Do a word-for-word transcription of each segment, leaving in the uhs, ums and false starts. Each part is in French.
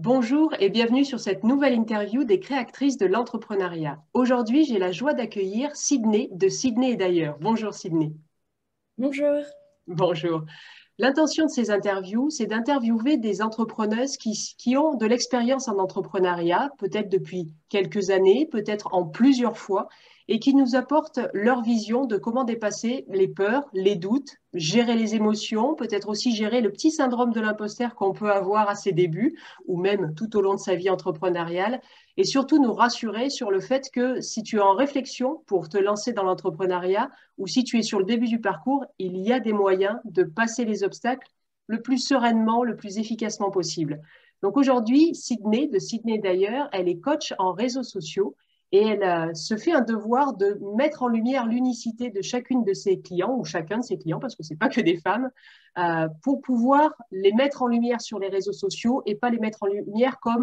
Bonjour et bienvenue sur cette nouvelle interview des créatrices de l'entrepreneuriat. Aujourd'hui, j'ai la joie d'accueillir Sydney de Sydney et d'ailleurs. Bonjour Sydney. Bonjour. Bonjour. L'intention de ces interviews, c'est d'interviewer des entrepreneuses qui, qui ont de l'expérience en entrepreneuriat, peut-être depuis quelques années, peut-être en plusieurs fois, et qui nous apportent leur vision de comment dépasser les peurs, les doutes, gérer les émotions, peut-être aussi gérer le petit syndrome de l'imposteur qu'on peut avoir à ses débuts, ou même tout au long de sa vie entrepreneuriale, et surtout nous rassurer sur le fait que si tu es en réflexion pour te lancer dans l'entrepreneuriat, ou si tu es sur le début du parcours, il y a des moyens de passer les obstacles le plus sereinement, le plus efficacement possible. Donc aujourd'hui, Sydney, de Sydney d'ailleurs, elle est coach en réseaux sociaux et elle euh, se fait un devoir de mettre en lumière l'unicité de chacune de ses clients ou chacun de ses clients, parce que ce n'est pas que des femmes, euh, pour pouvoir les mettre en lumière sur les réseaux sociaux et pas les mettre en lumière comme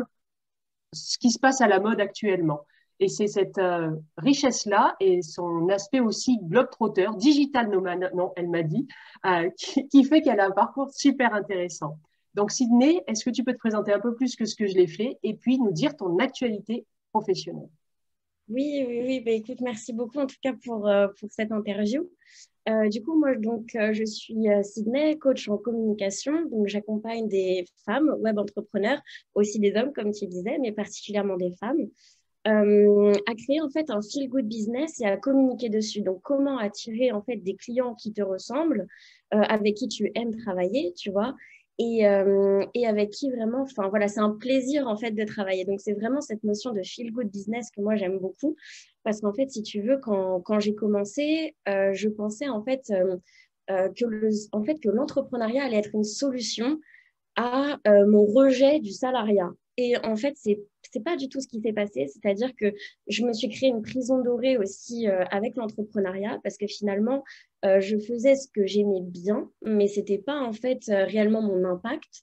ce qui se passe à la mode actuellement. Et c'est cette euh, richesse-là et son aspect aussi globe-trotteur, digital nomade, non, elle m'a dit, euh, qui, qui fait qu'elle a un parcours super intéressant. Donc, Sydney, est-ce que tu peux te présenter un peu plus que ce que je l'ai fait et puis nous dire ton actualité professionnelle? Oui, oui, oui. Bah, écoute, merci beaucoup en tout cas pour, euh, pour cette interview. Euh, du coup, moi, donc, euh, je suis euh, Sydney, coach en communication. Donc, j'accompagne des femmes web entrepreneurs, aussi des hommes, comme tu disais, mais particulièrement des femmes, euh, à créer en fait un feel-good business et à communiquer dessus. Donc, comment attirer en fait des clients qui te ressemblent, euh, avec qui tu aimes travailler, tu vois, et, euh, et avec qui vraiment, enfin voilà, c'est un plaisir en fait de travailler. Donc, c'est vraiment cette notion de feel-good business que moi j'aime beaucoup, parce qu'en fait, si tu veux, quand, quand j'ai commencé, euh, je pensais en fait euh, euh, que le, en fait que l'entrepreneuriat allait être une solution à euh, mon rejet du salariat. Et en fait, c'est c'est pas du tout ce qui s'est passé. C'est-à-dire que je me suis créé une prison dorée aussi euh, avec l'entrepreneuriat parce que finalement, euh, je faisais ce que j'aimais bien, mais c'était pas en fait euh, réellement mon impact.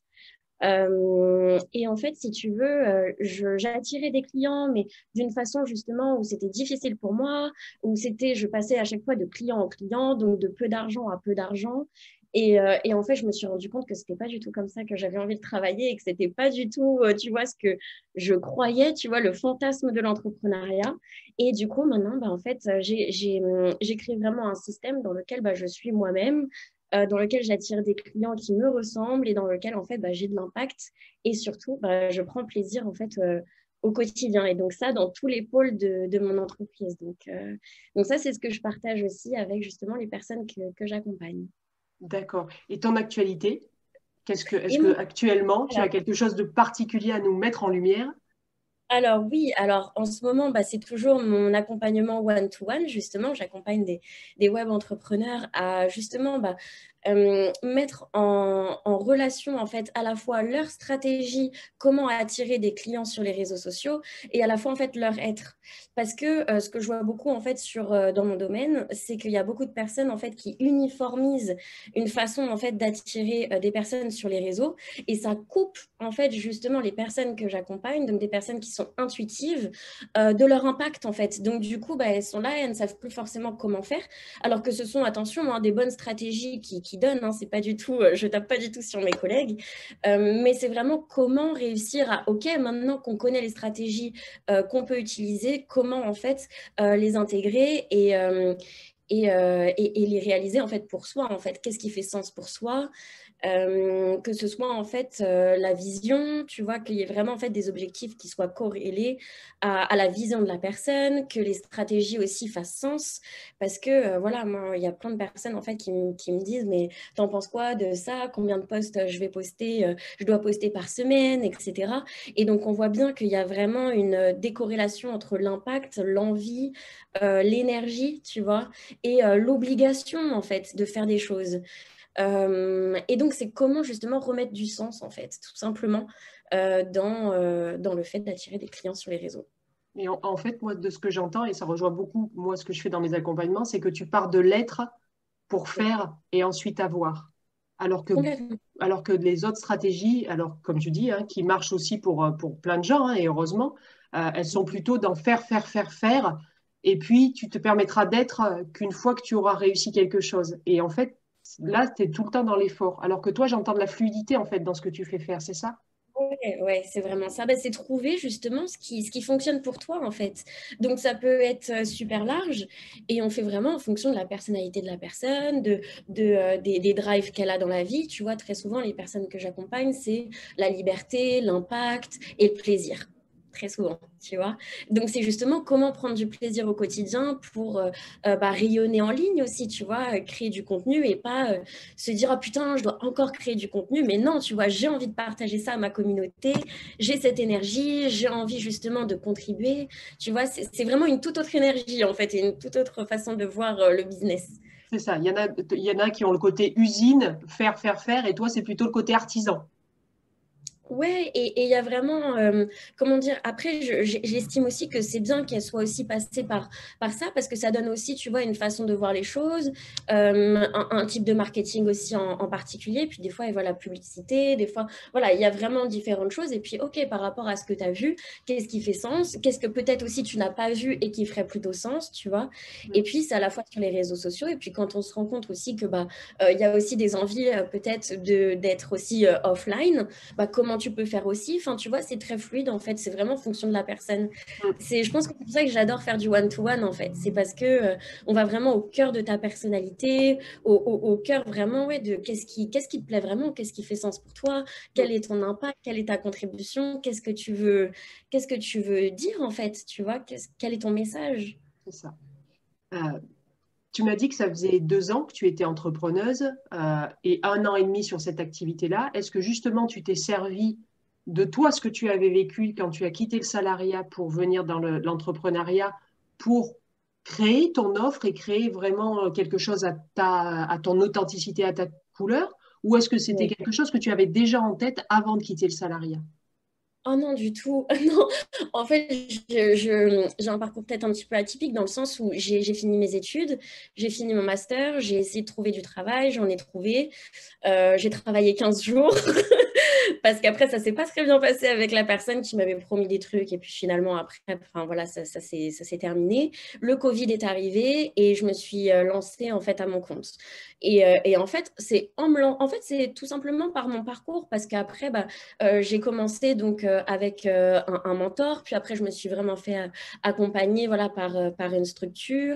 Euh, et en fait, si tu veux, euh, je- j'attirais des clients, mais d'une façon justement où c'était difficile pour moi, où c'était, je passais à chaque fois de client en client, donc de peu d'argent à peu d'argent. Et, euh, et en fait, je me suis rendu compte que c'était pas du tout comme ça que j'avais envie de travailler et que c'était pas du tout, euh, tu vois, ce que je croyais, tu vois, le fantasme de l'entrepreneuriat. Et du coup, maintenant, bah, en fait, euh, j'ai, j'ai, hum, j'ai créé vraiment un système dans lequel bah, je suis moi-même, euh, dans lequel j'attire des clients qui me ressemblent et dans lequel en fait bah, j'ai de l'impact et surtout bah, je prends plaisir en fait euh, au quotidien et donc ça dans tous les pôles de, de mon entreprise. Donc, euh, donc ça c'est ce que je partage aussi avec justement les personnes que, que j'accompagne. D'accord. Et ton actualité, qu'est-ce que, est-ce Et que mon- actuellement tu as alors, quelque chose de particulier à nous mettre en lumière? Alors oui, alors en ce moment, bah, c'est toujours mon accompagnement one-to-one, justement. J'accompagne des, des web entrepreneurs à justement bah, euh, mettre en, en relation en fait à la fois leur stratégie, comment attirer des clients sur les réseaux sociaux et à la fois en fait leur être. Parce que euh, ce que je vois beaucoup en fait sur, euh, dans mon domaine, c'est qu'il y a beaucoup de personnes en fait qui uniformisent une façon en fait d'attirer euh, des personnes sur les réseaux et ça coupe en fait justement les personnes que j'accompagne, donc des personnes qui sont intuitives, euh, de leur impact en fait. Donc du coup, bah, elles sont là et elles ne savent plus forcément comment faire, alors que ce sont, attention, hein, des bonnes stratégies qui, qui donnent, hein, c'est pas du tout, euh, je tape pas du tout sur mes collègues, euh, mais c'est vraiment comment réussir à, ok, maintenant qu'on connaît les stratégies euh, qu'on peut utiliser, comment en fait euh, les intégrer et, euh, et, euh, et, et, les réaliser en fait pour soi en fait qu'est-ce qui fait sens pour soi, euh, que ce soit en fait euh, la vision, tu vois, qu'il y ait vraiment en fait des objectifs qui soient corrélés à, à la vision de la personne, que les stratégies aussi fassent sens, parce que euh, voilà, moi, il y a plein de personnes en fait qui, m- qui me disent, mais t'en penses quoi de ça? Combien de posts euh, je vais poster, euh, je dois poster par semaine, et cetera. Et donc on voit bien qu'il y a vraiment une euh, décorrélation entre l'impact, l'envie, euh, l'énergie, tu vois, et euh, l'obligation en fait de faire des choses. Euh, et donc, c'est comment justement remettre du sens, en fait, tout simplement, euh, dans, euh, dans le fait d'attirer des clients sur les réseaux. Et en, en fait, moi, de ce que j'entends, et ça rejoint beaucoup, moi, ce que je fais dans mes accompagnements, c'est que tu pars de l'être pour Oui, faire et ensuite avoir. Alors que, complètement. alors que les autres stratégies, alors comme tu dis, hein, qui marchent aussi pour, euh, pour plein de gens, hein, et heureusement, euh, elles sont plutôt dans faire, faire, faire, faire. Et puis, tu te permettras d'être euh, qu'une fois que tu auras réussi quelque chose. Et en fait, là, tu es tout le temps dans l'effort. Alors que toi, j'entends de la fluidité, en fait, dans ce que tu fais faire, c'est ça? Ouais, ouais, c'est vraiment ça. Ben, c'est trouver justement ce qui, ce qui fonctionne pour toi, en fait. Donc, ça peut être euh, super large et on fait vraiment en fonction de la personnalité de la personne, de, de, euh, des, des drives qu'elle a dans la vie. Tu vois, très souvent, les personnes que j'accompagne, c'est la liberté, l'impact et le plaisir. Très souvent, tu vois. Donc, c'est justement comment prendre du plaisir au quotidien pour euh, euh, bah, rayonner en ligne aussi, tu vois, euh, créer du contenu et pas euh, se dire, oh putain, je dois encore créer du contenu. Mais non, tu vois, j'ai envie de partager ça à ma communauté, j'ai cette énergie, j'ai envie justement de contribuer. Tu vois, c'est c'est vraiment une toute autre énergie, en fait, et une toute autre façon de voir euh, le business. C'est ça. Il y en a, il y en a qui ont le côté usine, faire, faire, faire, et toi, c'est plutôt le côté artisan. Ouais, et il y a vraiment, euh, comment dire, après, je- j'ai- j'estime aussi que c'est bien qu'elle soit aussi passée par, par ça, parce que ça donne aussi, tu vois, une façon de voir les choses, euh, un, un type de marketing aussi en, en particulier, puis des fois, elle voit la publicité, des fois, voilà, il y a vraiment différentes choses, et puis, ok, par rapport à ce que tu as vu, qu'est-ce qui fait sens, qu'est-ce que peut-être aussi tu n'as pas vu et qui ferait plutôt sens, tu vois, et puis, c'est à la fois sur les réseaux sociaux, et puis quand on se rend compte aussi que, bah, euh, il y a aussi des envies, euh, peut-être, de, d'être aussi euh, offline, bah, comment tu peux faire aussi. Enfin, tu vois, c'est très fluide en fait. C'est vraiment en fonction de la personne. C'est, je pense que c'est pour ça que j'adore faire du one-to-one en fait. C'est parce que euh, on va vraiment au cœur de ta personnalité, au, au, au cœur vraiment ouais, de qu'est-ce qui, qu'est-ce qui te plaît vraiment, qu'est-ce qui fait sens pour toi, quel est ton impact, quelle est ta contribution, qu'est-ce que tu veux, qu'est-ce que tu veux dire en fait, tu vois, qu'est-ce- quel est ton message. C'est ça. Euh, Tu m'as dit que ça faisait deux ans que tu étais entrepreneuse euh, et un an et demi sur cette activité-là. Est-ce que justement tu t'es servi de toi, ce que tu avais vécu quand tu as quitté le salariat pour venir dans le- l'entrepreneuriat, pour créer ton offre et créer vraiment quelque chose à ta, à ton authenticité, à ta couleur? Ou est-ce que c'était Ouais. quelque chose que tu avais déjà en tête avant de quitter le salariat? Oh non, du tout. Non. En fait, je, je- j'ai un parcours peut-être un petit peu atypique dans le sens où j'ai j'ai fini mes études, j'ai fini mon master, j'ai essayé de trouver du travail, j'en ai trouvé. Euh, j'ai travaillé quinze jours parce qu'après, ça s'est pas très bien passé avec la personne qui m'avait promis des trucs. Et puis finalement, après, enfin, voilà, ça, ça s'est ça s'est terminé. Le Covid est arrivé et je me suis euh, lancée en fait à mon compte. Et, euh, et en fait, c'est en me lan- en fait, c'est tout simplement par mon parcours parce qu'après, bah, euh, j'ai commencé donc euh, avec euh, un, un mentor, puis après, je me suis vraiment fait euh, accompagner voilà, par, euh, par une structure,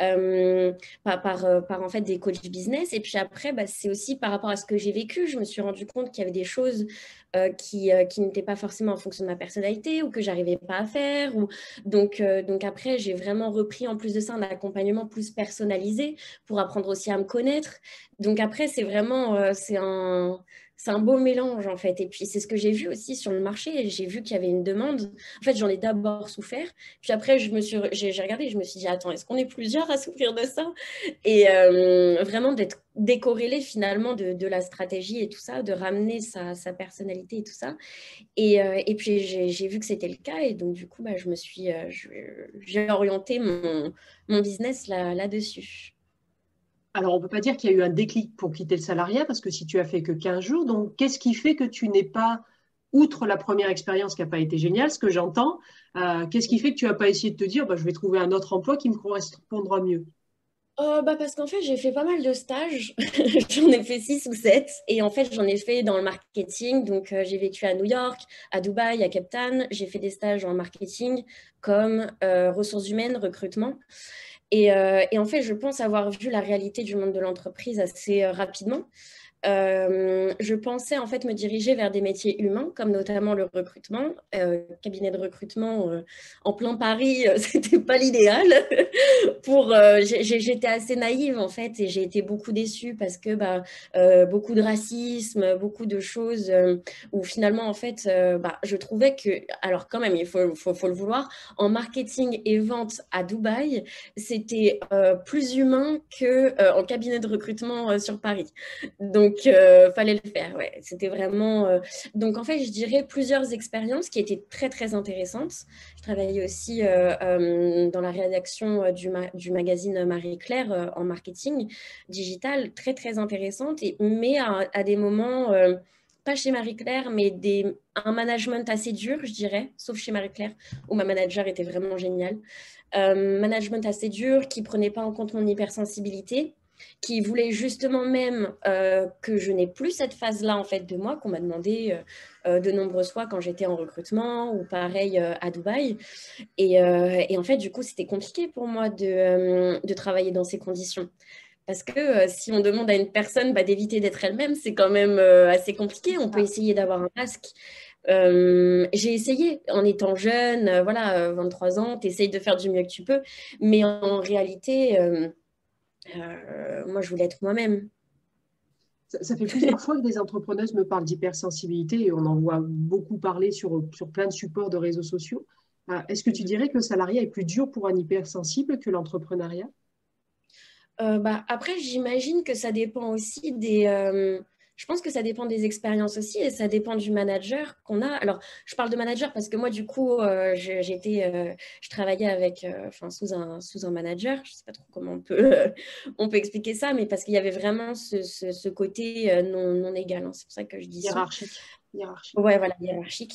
euh, par, par, euh, par en fait des coachs business. Et puis après, bah, c'est aussi par rapport à ce que j'ai vécu, je me suis rendu compte qu'il y avait des choses euh, qui, euh, qui n'étaient pas forcément en fonction de ma personnalité ou que j'arrivais pas à faire. Ou... Donc, euh, donc après, j'ai vraiment repris en plus de ça un accompagnement plus personnalisé pour apprendre aussi à me connaître. Donc après, c'est vraiment euh, c'est un, c'est un beau mélange en fait. Et puis c'est ce que j'ai vu aussi sur le marché. J'ai vu qu'il y avait une demande. En fait, j'en ai d'abord souffert. Puis après, je me suis, j'ai j'ai regardé et je me suis dit, attends, est-ce qu'on est plusieurs à souffrir de ça? Et euh, vraiment d'être décorrélé finalement de, de la stratégie et tout ça, de ramener sa, sa personnalité et tout ça. Et, euh, et puis j'ai j'ai vu que c'était le cas et donc du coup, bah, je me suis, euh, je- j'ai orienté mon, mon business là, là-dessus. Alors, on ne peut pas dire qu'il y a eu un déclic pour quitter le salariat parce que si tu as fait que quinze jours, donc qu'est-ce qui fait que tu n'es pas, outre la première expérience qui n'a pas été géniale, ce que j'entends, euh, qu'est-ce qui fait que tu n'as pas essayé de te dire, bah, je vais trouver un autre emploi qui me correspondra mieux? Euh, bah parce qu'en fait, j'ai fait pas mal de stages. J'en ai fait six ou sept. Et en fait, j'en ai fait dans le marketing. Donc, euh, j'ai vécu à New York, à Dubaï, à Cape Town. J'ai fait des stages en marketing comme euh, ressources humaines, recrutement. Et, euh, et en fait, je pense avoir vu la réalité du monde de l'entreprise assez euh, rapidement. Euh, je pensais en fait me diriger vers des métiers humains, comme notamment le recrutement. Euh, cabinet de recrutement euh, en plein Paris, euh, c'était pas l'idéal. Pour, euh, j'ai- j'ai- j'étais assez naïve en fait et j'ai été beaucoup déçue parce que bah, euh, beaucoup de racisme, beaucoup de choses euh, où finalement en fait, euh, bah, je trouvais que, alors quand même, il faut, faut, faut le vouloir, en marketing et vente à Dubaï, c'était euh, plus humain que euh, en cabinet de recrutement euh, sur Paris. Donc, euh, fallait le faire, ouais. C'était vraiment. euh, Donc, en fait, je dirais plusieurs expériences qui étaient très, très intéressantes. Je travaillais aussi euh, euh, dans la rédaction euh, du, ma- du magazine Marie-Claire euh, en marketing digital, très, très intéressante, et... mais à, à des moments. euh, pas chez Marie-Claire, mais des... un management assez dur, je dirais, sauf chez Marie-Claire, où ma manager était vraiment géniale. Euh, management assez dur, qui prenait pas en compte mon hypersensibilité, qui voulaient justement même euh, que je n'ai plus cette phase-là en fait de moi qu'on m'a demandé euh, euh, de nombreuses fois quand j'étais en recrutement ou pareil euh, à Dubaï. Et, euh, et, en fait, du coup, c'était compliqué pour moi de, euh, de travailler dans ces conditions. Parce que euh, si on demande à une personne bah, d'éviter d'être elle-même, c'est quand même euh, assez compliqué. On peut essayer d'avoir un masque. Euh, j'ai essayé en étant jeune, euh, voilà, euh, vingt-trois ans, tu essayes de faire du mieux que tu peux. Mais en réalité, euh, euh, moi, je voulais être moi-même. Ça, ça fait plusieurs fois que des entrepreneuses me parlent d'hypersensibilité et on en voit beaucoup parler sur, sur plein de supports de réseaux sociaux. Euh, Est-ce que tu dirais que le salariat est plus dur pour un hypersensible que l'entrepreneuriat? Euh, bah, après, j'imagine que ça dépend aussi des. Euh, je pense que ça dépend des expériences aussi et ça dépend du manager qu'on a. Alors, je parle de manager parce que moi, du coup, euh, je- j'étais, euh, je travaillais avec, euh, enfin, sous un, sous un manager. Je sais pas trop comment on peut, on peut expliquer ça, mais parce qu'il y avait vraiment ce, ce, ce côté euh, non, non égal, hein. C'est pour ça que je dis sous. Hiérarchique. Hiérarchique. Ouais, voilà, hiérarchique.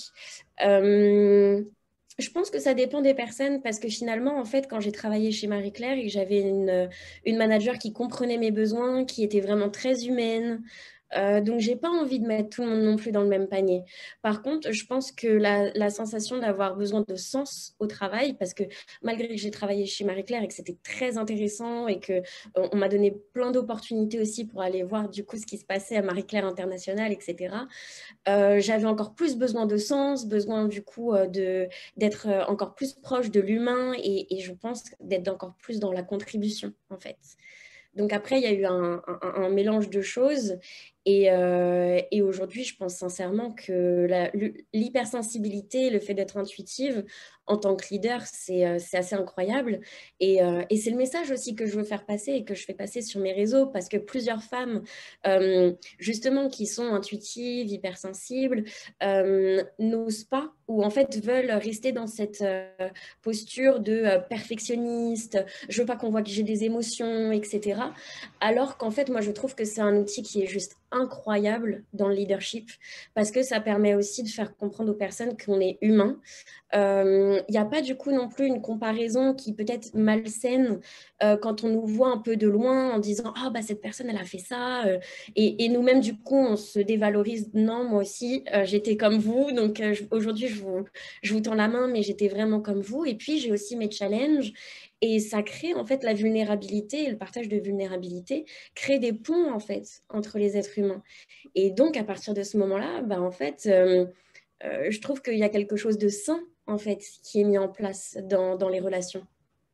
Euh, je pense que ça dépend des personnes parce que finalement, en fait, quand j'ai travaillé chez Marie Claire et que j'avais une, une manager qui comprenait mes besoins, qui était vraiment très humaine, euh, donc j'ai pas envie de mettre tout le monde non plus dans le même panier. Par contre, je pense que la, la sensation d'avoir besoin de sens au travail, parce que malgré que j'ai travaillé chez Marie Claire et que c'était très intéressant et que euh, on m'a donné plein d'opportunités aussi pour aller voir du coup ce qui se passait à Marie Claire International, et cetera. Euh, j'avais encore plus besoin de sens, besoin du coup euh, de, d'être euh, encore plus proche de l'humain et, et je pense d'être encore plus dans la contribution en fait. Donc après, il y a eu un, un- un mélange de choses. Et, euh, et aujourd'hui, je pense sincèrement que la- l'hypersensibilité, le fait d'être intuitive en tant que leader, c'est euh, c'est assez incroyable. Et, euh, et c'est le message aussi que je veux faire passer et que je fais passer sur mes réseaux parce que plusieurs femmes, euh, justement, qui sont intuitives, hypersensibles, euh, n'osent pas ou en fait veulent rester dans cette euh, posture de euh, perfectionniste, je veux pas qu'on voit que j'ai des émotions, et cetera. Alors qu'en fait, moi, je trouve que c'est un outil qui est juste incroyable dans le leadership parce que ça permet aussi de faire comprendre aux personnes qu'on est humain. Il euh, n'y a pas du coup non plus une comparaison qui peut être malsaine euh, quand on nous voit un peu de loin en disant ah bah cette personne elle a fait ça euh, et, et nous-mêmes du coup on se dévalorise. Non, moi aussi euh, j'étais comme vous donc euh, aujourd'hui je vous, je vous tends la main mais j'étais vraiment comme vous et puis j'ai aussi mes challenges et ça crée en fait la vulnérabilité et le partage de vulnérabilité crée des ponts en fait entre les êtres humains et donc à partir de ce moment-là bah en fait euh, euh, je trouve qu'il y a quelque chose de sain, en fait, qui est mis en place dans, dans les relations.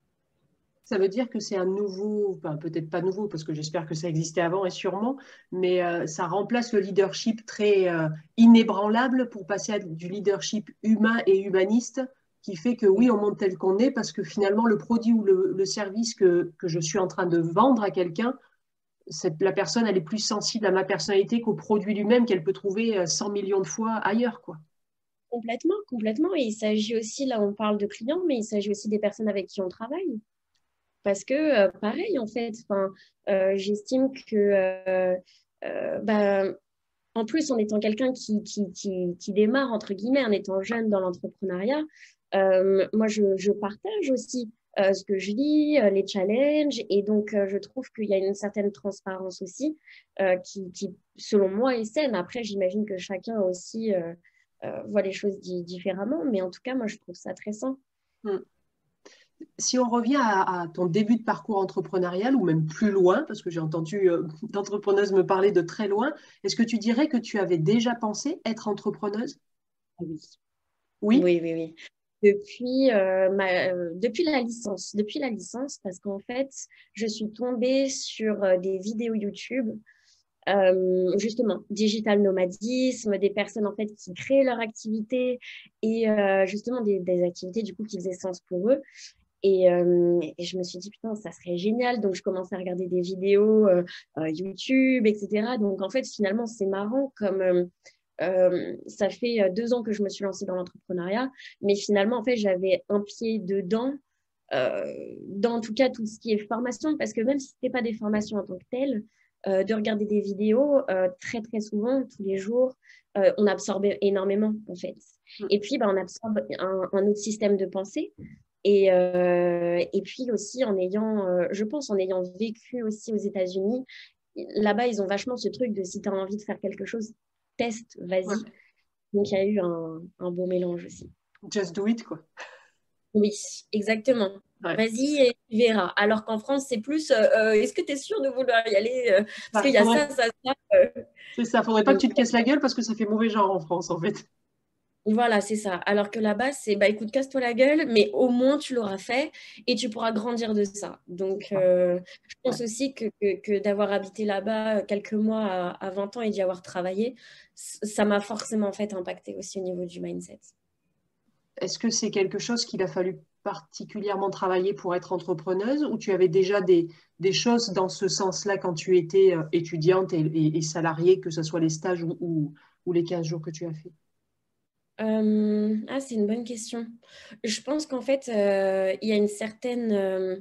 Ça veut dire que c'est un nouveau, enfin, peut-être pas nouveau, parce que j'espère que ça existait avant et sûrement, mais euh, ça remplace le leadership très euh, inébranlable pour passer à du leadership humain et humaniste, qui fait que oui, Oui, on monte tel qu'on est, parce que finalement, le produit ou le, le service que, que je suis en train de vendre à quelqu'un, cette, la personne, elle est plus sensible à ma personnalité qu'au produit lui-même qu'elle peut trouver euh, cent millions de fois ailleurs, quoi. complètement, complètement. Et il s'agit aussi, là, on parle de clients, mais il s'agit aussi des personnes avec qui on travaille. Parce que, euh, pareil, en fait, enfin, euh, j'estime que, euh, euh, bah, en plus, en étant quelqu'un qui, qui, qui, qui démarre, entre guillemets, en étant jeune dans l'entrepreneuriat, euh, moi, je, je partage aussi euh, ce que je lis, euh, les challenges, et donc euh, je trouve qu'il y a une certaine transparence aussi euh, qui, qui, selon moi, est saine. Après, j'imagine que chacun aussi euh, euh, voit les choses di- différemment, mais en tout cas, moi, je trouve ça très sain. Hmm. Si on revient à, à ton début de parcours entrepreneurial ou même plus loin, parce que j'ai entendu euh, d'entrepreneuses me parler de très loin, est-ce que tu dirais que tu avais déjà pensé être entrepreneuse? Oui, Oui. oui, oui, oui. Depuis, euh, ma, euh, depuis la licence, depuis la licence, parce qu'en fait, je suis tombée sur euh, des vidéos YouTube euh, justement, digital nomadisme, des personnes en fait qui créent leur activité et euh, justement des, des, activités du coup qui faisaient sens pour eux. Et, euh, et, je me suis dit, putain, ça serait génial. Donc, je commençais à regarder des vidéos euh, euh, YouTube, et cetera. Donc, en fait, finalement, c'est marrant comme euh, euh, ça fait euh, deux ans que je me suis lancée dans l'entrepreneuriat. Mais finalement, en fait, j'avais un pied dedans, euh, dans en tout cas tout ce qui est formation. Parce que même si ce n'était pas des formations en tant que telles, euh, de regarder des vidéos euh, très, très souvent, tous les jours, euh, on absorbe énormément, en fait. Mm. Et puis, bah, on absorbe un, un autre système de pensée Et, euh, et puis aussi en ayant, euh, je pense, en ayant vécu aussi aux États-Unis, là-bas, ils ont vachement ce truc de si tu as envie de faire quelque chose, teste, Ouais. vas-y. Donc, il y a eu un, un beau mélange aussi. Just do it, quoi. Oui, exactement. Ouais. Vas-y et tu verras. Alors qu'en France, c'est plus, euh, euh, est-ce que tu es sûr de vouloir y aller euh, parce Ça, qu'il y a faudrait, ça, ça, ça. euh. c'est ça, faudrait pas que Donc, tu te casses la gueule parce que ça fait mauvais genre en France, en fait. voilà, c'est ça. Alors que là-bas, c'est, bah écoute, casse-toi la gueule, mais au moins tu l'auras fait et tu pourras grandir de ça. C'est Donc, ça. euh, je Ouais. pense aussi que, que, que d'avoir habité là-bas quelques mois à, à vingt ans et d'y avoir travaillé, c- ça m'a forcément fait impacter aussi au niveau du mindset. Est-ce que c'est quelque chose qu'il a fallu particulièrement travailler pour être entrepreneuse ou tu avais déjà des, des choses dans ce sens-là quand tu étais euh, étudiante et, et- et salariée, que ce soit les stages ou, ou- ou les quinze jours que tu as fait? Euh, ah, c'est une bonne question. Je pense qu'en fait, euh, il y a une certaine... euh,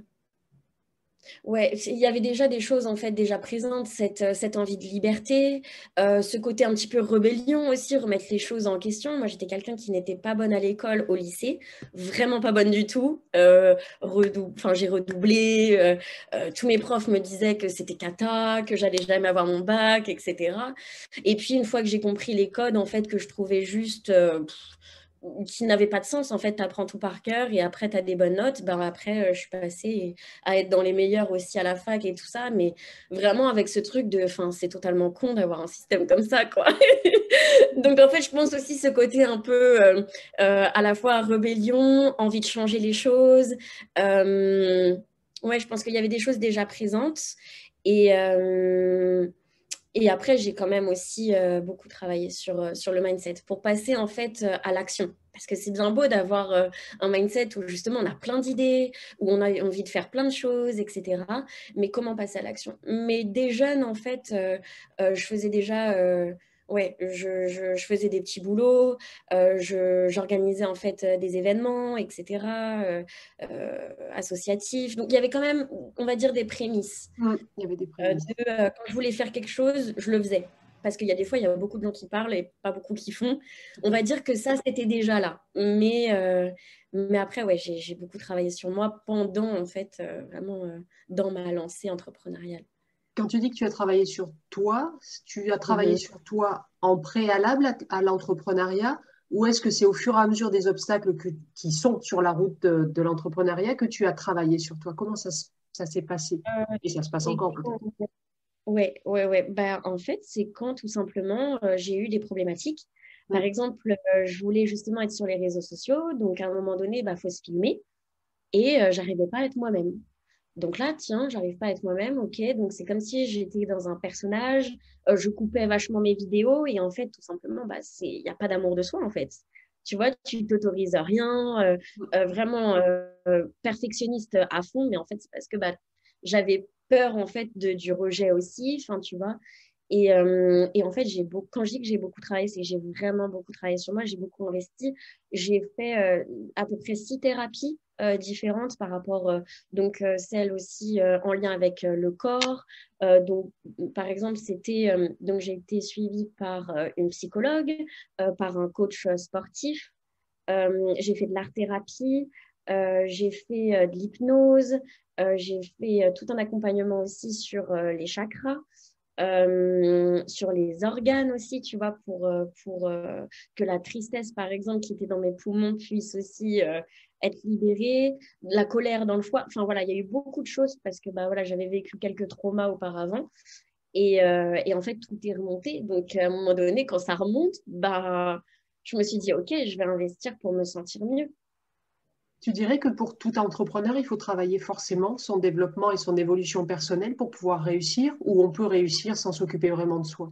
Ouais, il y avait déjà des choses en fait déjà présentes, cette, euh, cette envie de liberté, euh, ce côté un petit peu rébellion aussi, remettre les choses en question. Moi, j'étais quelqu'un qui n'était pas bonne à l'école au lycée, vraiment pas bonne du tout. Euh, redou- enfin, j'ai redoublé, euh, euh, tous mes profs me disaient que c'était cata, que j'allais jamais avoir mon bac, et cetera. Et puis, une fois que j'ai compris les codes, en fait, que je trouvais juste... euh, qui n'avait pas de sens. En fait, tu apprends tout par cœur et après, tu as des bonnes notes. Ben, après, euh, je suis passée à être dans les meilleurs aussi à la fac et tout ça. Mais vraiment, avec ce truc de. Enfin, c'est totalement con d'avoir un système comme ça, quoi. Donc, en fait, je pense aussi ce côté un peu euh, euh, à la fois rébellion, envie de changer les choses. Euh, ouais, je pense qu'il y avait des choses déjà présentes. Et. euh, et après, j'ai quand même aussi euh, beaucoup travaillé sur, euh, sur le mindset pour passer en fait euh, à l'action. Parce que c'est bien beau d'avoir euh, un mindset où justement on a plein d'idées, où on a envie de faire plein de choses, et cetera. Mais comment passer à l'action? Mais dès jeune, en fait, euh, euh, je faisais déjà, euh, ouais, je, je, je faisais des petits boulots, euh, je, j'organisais en fait euh, des événements, et cetera euh, euh, associatifs. Donc il y avait quand même, on va dire, des prémices. Mm. Il y avait des Euh, prémices. de, euh, quand je voulais faire quelque chose, je le faisais. Parce qu'il y a des fois, il y a beaucoup de gens qui parlent et pas beaucoup qui font. On va dire que ça, c'était déjà là. Mais, euh, mais après, ouais, j'ai, j'ai beaucoup travaillé sur moi pendant, en fait, euh, vraiment euh, dans ma lancée entrepreneuriale. Quand tu dis que tu as travaillé sur toi, tu as travaillé Mhm. sur toi en préalable à, à l'entrepreneuriat ou est-ce que c'est au fur et à mesure des obstacles que- qui sont sur la route de, de l'entrepreneuriat que tu as travaillé sur toi? Comment ça, se- ça s'est passé? Euh, Et ça se passe c'est encore quand- peut-être. Ouais, ouais, ouais. Bah, en fait, c'est quand tout simplement euh, j'ai eu des problématiques. Par Mm. exemple, euh, je voulais justement être sur les réseaux sociaux. Donc, à un moment donné, il bah, faut se filmer. Et euh, j'arrivais pas à être moi-même. Donc là, tiens, j'arrive pas à être moi-même, ok. Donc c'est comme si j'étais dans un personnage, euh, je coupais vachement mes vidéos et en fait, tout simplement, bah, c'est, il n'y a pas d'amour de soi en fait. Tu vois, tu t'autorises rien, euh, euh, vraiment euh, euh, perfectionniste à fond, mais en fait, c'est parce que bah, j'avais peur en fait de, du rejet aussi, enfin, tu vois. Et, euh, et en fait, j'ai beau- quand je dis que j'ai beaucoup travaillé, c'est que j'ai vraiment beaucoup travaillé sur moi, j'ai beaucoup investi. J'ai fait euh, à peu près six thérapies euh, différentes par rapport euh, donc euh, celle aussi euh, en lien avec euh, le corps. Euh, donc, par exemple, c'était euh, donc j'ai été suivie par euh, une psychologue, euh, par un coach euh, sportif. Euh, j'ai fait de l'art-thérapie, euh, j'ai fait euh, de l'hypnose, euh, j'ai fait euh, tout un accompagnement aussi sur euh, les chakras. Euh, sur les organes aussi, tu vois, pour, euh, pour euh, que la tristesse, par exemple, qui était dans mes poumons puisse aussi euh, être libérée, la colère dans le foie. Enfin voilà, il y a eu beaucoup de choses parce que bah, voilà, j'avais vécu quelques traumas auparavant. Et, euh, et en fait, tout est remonté. Donc, à un moment donné, quand ça remonte, bah, je me suis dit, OK, je vais investir pour me sentir mieux. Tu dirais que pour tout entrepreneur, il faut travailler forcément son développement et son évolution personnelle pour pouvoir réussir ou on peut réussir sans s'occuper vraiment de soi?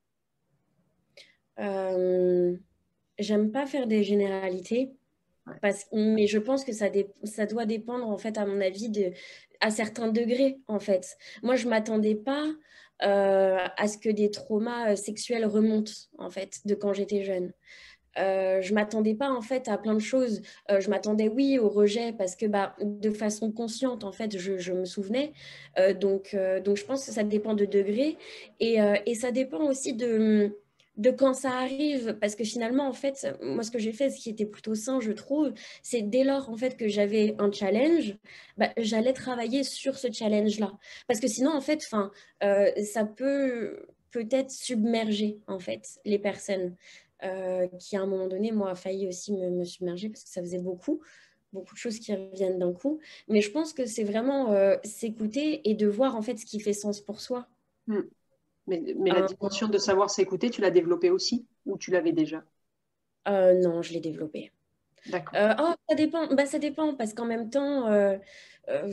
Euh, J'aime pas faire des généralités. Ouais. Parce, mais je pense que ça, dé- ça doit dépendre, en fait, à mon avis, de, à certains degrés, en fait. Moi, je ne m'attendais pas euh, à ce que des traumas euh, sexuels remontent, en fait, de quand j'étais jeune. Euh, je m'attendais pas en fait à plein de choses. Euh, je m'attendais oui au rejet parce que bah, de façon consciente en fait je, je me souvenais. Euh, donc, euh, donc je pense que ça dépend de degrés et, euh, et ça dépend aussi de, de quand ça arrive, parce que finalement, en fait, moi, ce que j'ai fait, ce qui était plutôt sain, je trouve, c'est dès lors, en fait, que j'avais un challenge, bah, j'allais travailler sur ce challenge-là. Parce que sinon, en fait, enfin, euh, ça peut peut-être submerger, en fait, les personnes euh, qui, à un moment donné, moi, a failli aussi me, me submerger parce que ça faisait beaucoup, beaucoup de choses qui reviennent d'un coup. Mais je pense que c'est vraiment euh, s'écouter et de voir, en fait, ce qui fait sens pour soi. Hmm. Mais, mais la Euh, dimension de savoir s'écouter, tu l'as développée aussi ou tu l'avais déjà? euh, non, je l'ai développé. D'accord. Euh, oh, ça dépend. Bah, ça dépend parce qu'en même temps, euh, euh,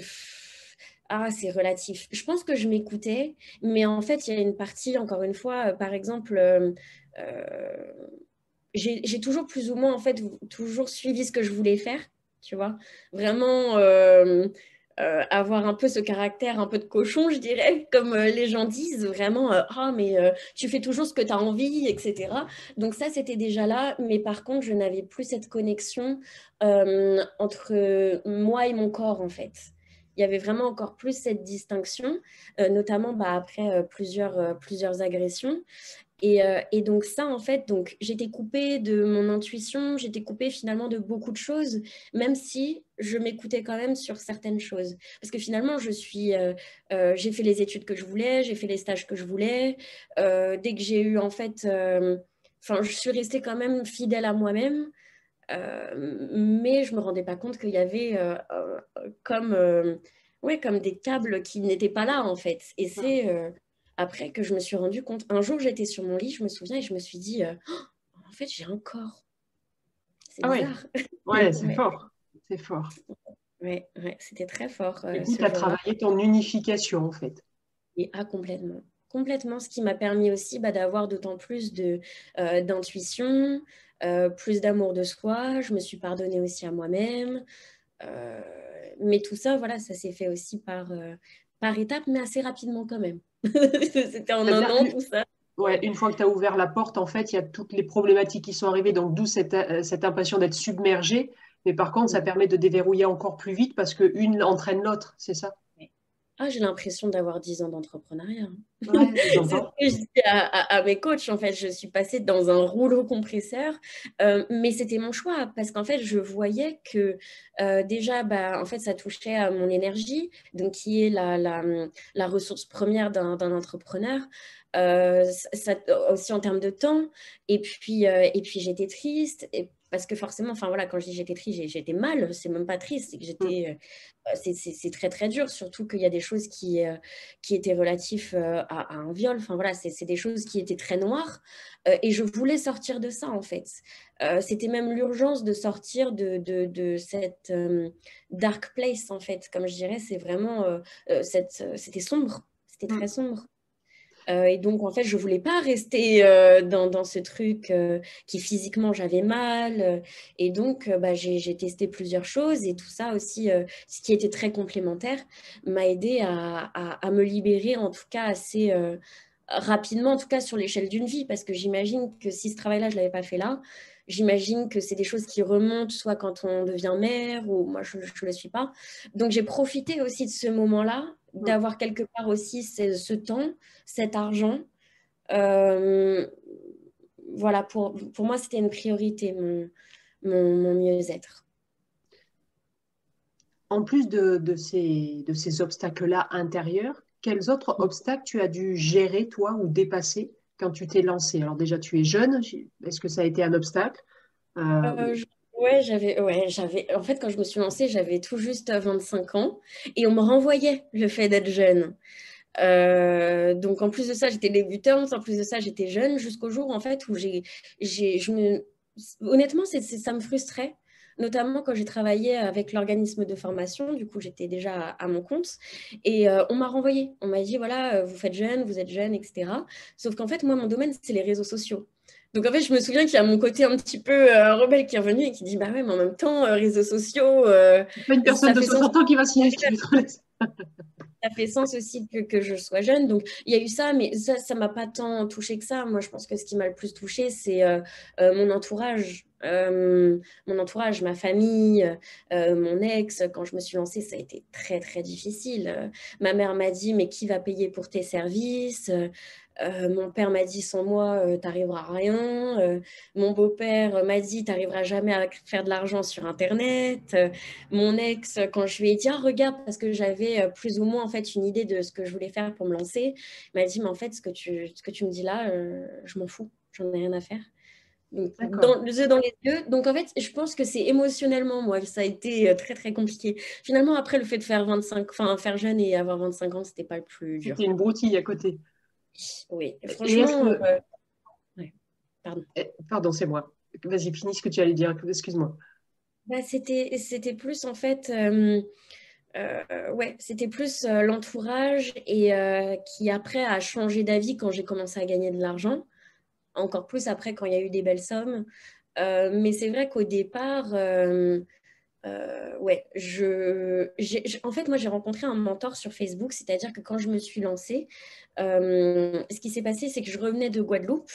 ah, c'est relatif. Je pense que je m'écoutais, mais en fait, il y a une partie, encore une fois, euh, par exemple, euh, euh, j'ai j'ai toujours plus ou moins, en fait, toujours suivi ce que je voulais faire, tu vois. Vraiment euh, euh, avoir un peu ce caractère un peu de cochon, je dirais, comme euh, les gens disent, vraiment, euh, ah, mais euh, tu fais toujours ce que tu as envie, et cetera. Donc ça, c'était déjà là, mais par contre, je n'avais plus cette connexion euh, entre moi et mon corps, en fait. Il y avait vraiment encore plus cette distinction, euh, notamment bah, après euh, plusieurs, euh, plusieurs agressions. Et, euh, et donc ça, en fait, donc j'étais coupée de mon intuition, j'étais coupée finalement de beaucoup de choses, même si je m'écoutais quand même sur certaines choses. Parce que finalement, je suis, euh, euh, j'ai fait les études que je voulais, j'ai fait les stages que je voulais. Euh, dès que j'ai eu, en fait, euh, enfin, je suis restée quand même fidèle à moi-même. Euh, mais je me rendais pas compte qu'il y avait euh, euh, comme, euh, ouais, comme des câbles qui n'étaient pas là en fait. Et Hmm. c'est euh, après que je me suis rendu compte. Un jour, j'étais sur mon lit, je me souviens, et je me suis dit, euh, oh, en fait, j'ai un corps. C'est Ah ouais, bizarre. ouais, c'est Ouais, fort. C'est fort. ouais, ouais, c'était très fort Du euh, coup, ce tu as jour-là. travaillé ton unification, en fait. Et ah, complètement. Complètement, ce qui m'a permis aussi bah, d'avoir d'autant plus de, euh, d'intuition, euh, plus d'amour de soi. Je me suis pardonnée aussi à moi-même. Euh, mais tout ça, voilà, ça s'est fait aussi par, euh, par étapes, mais assez rapidement quand même. C'était en un C'est-à-dire an, que, tout ça. ouais, une fois que tu as ouvert la porte, en fait, il y a toutes les problématiques qui sont arrivées, donc d'où cette, euh, cette impression d'être submergé. Mais par contre, ça permet de déverrouiller encore plus vite parce qu'une entraîne l'autre, c'est ça? Ah, j'ai l'impression d'avoir dix ans d'entrepreneuriat, hein. Ouais, C'est ce j'entends. que je dis à, à- à mes coachs. En fait, je suis passée dans un rouleau compresseur, euh, mais c'était mon choix parce qu'en fait, je voyais que euh, déjà, bah, en fait, ça touchait à mon énergie, donc qui est la, la, la ressource première d'un d'un entrepreneur. Euh, ça, aussi en termes de temps. Et puis, euh, et puis j'étais triste. Et, parce que forcément, enfin voilà, quand je dis j'étais triste, j'ai- j'étais mal, c'est même pas triste, c'est que Hmm. j'étais, euh, c'est c'est- c'est très très dur, surtout qu'il y a des choses qui, euh, qui étaient relatives euh, à, à un viol, enfin voilà, c'est c'est des choses qui étaient très noires, euh, et je voulais sortir de ça en fait. Euh, c'était même l'urgence de sortir de, de, de cette euh, dark place en fait, comme je dirais, c'est vraiment, euh, euh, cette, euh, c'était sombre, c'était Hmm. très sombre. Euh, et donc, en fait, je voulais pas rester euh, dans, dans ce truc euh, qui physiquement j'avais mal. euh, et donc, euh, bah, j'ai, j'ai testé plusieurs choses et tout ça aussi, euh, ce qui était très complémentaire, m'a aidé à, à, à me libérer, en tout cas assez euh, rapidement, en tout cas sur l'échelle d'une vie, parce que j'imagine que si ce travail-là, je l'avais pas fait là, j'imagine que c'est des choses qui remontent soit quand on devient mère ou moi, je ne le suis pas. Donc, j'ai profité aussi de ce moment-là, Hmm. d'avoir quelque part aussi ce, ce temps, cet argent. Euh, voilà, pour, pour moi, c'était une priorité, mon, mon, mon mieux-être. En plus de, de ces, de ces obstacles-là intérieurs, quels autres obstacles tu as dû gérer, toi, ou dépasser quand tu t'es lancé? Alors déjà, tu es jeune. Est-ce que ça a été un obstacle? Euh, Euh, je- ouais, j'avais, ouais, j'avais, en fait, quand je me suis lancée, j'avais tout juste vingt-cinq ans et on me renvoyait le fait d'être jeune. Euh, donc, en plus de ça, j'étais débutante, en plus de ça, j'étais jeune jusqu'au jour, en fait, où j'ai, j'ai, je me, honnêtement, c'est, c'est- ça me frustrait, notamment quand j'ai travaillé avec l'organisme de formation. Du coup, j'étais déjà à, à mon compte et euh, on m'a renvoyé. On m'a dit, voilà, euh, vous faites jeune, vous êtes jeune, et cetera. Sauf qu'en fait, moi, mon domaine, c'est les réseaux sociaux. Donc, en fait, je me souviens qu'il y a mon côté un petit peu euh, rebelle qui est revenu et qui dit, bah ouais, mais en même temps, euh, réseaux sociaux, euh, pas une personne ça de fait sens. soixante ans qui va signer ce livre. Ça fait sens aussi que, que je sois jeune. Donc, il y a eu ça, mais ça, ça m'a pas tant touché que ça. Moi, je pense que ce qui m'a le plus touché, c'est euh, euh, mon entourage. Euh, mon entourage, ma famille, euh, mon ex, quand je me suis lancée, ça a été très, très difficile. Euh, ma mère m'a dit, mais qui va payer pour tes services? Euh, mon père m'a dit, sans moi, euh, t'arriveras à rien. Euh, mon beau-père m'a dit, t'arriveras jamais à faire de l'argent sur Internet. Euh, mon ex, quand je lui ai dit, ah, regarde, parce que j'avais euh, plus ou moins en fait une idée de ce que je voulais faire pour me lancer, il m'a dit, mais en fait, ce que tu, ce que tu me dis là, euh, je m'en fous, j'en ai rien à faire. Donc, D'accord. dans, les yeux dans les yeux. Donc, en fait, je pense que c'est émotionnellement, moi, ça a été euh, très, très compliqué. Finalement, après, le fait de faire vingt-cinq, enfin, faire jeune et avoir vingt-cinq ans, c'était pas le plus dur. C'était une broutille à côté. Oui, Et est-ce franchement, que... euh, ouais, pardon. eh, Pardon, c'est moi. Vas-y, finis ce que tu allais dire. Excuse-moi. Bah, c'était, c'était plus, en fait, euh, euh, ouais, c'était plus euh, l'entourage et euh, qui, après, a changé d'avis quand j'ai commencé à gagner de l'argent. Encore plus après, quand il y a eu des belles sommes. Euh, mais c'est vrai qu'au départ... euh, Euh, ouais, je, j'ai- j'- en fait, moi, j'ai rencontré un mentor sur Facebook, c'est-à-dire que quand je me suis lancée, euh, ce qui s'est passé, c'est que je revenais de Guadeloupe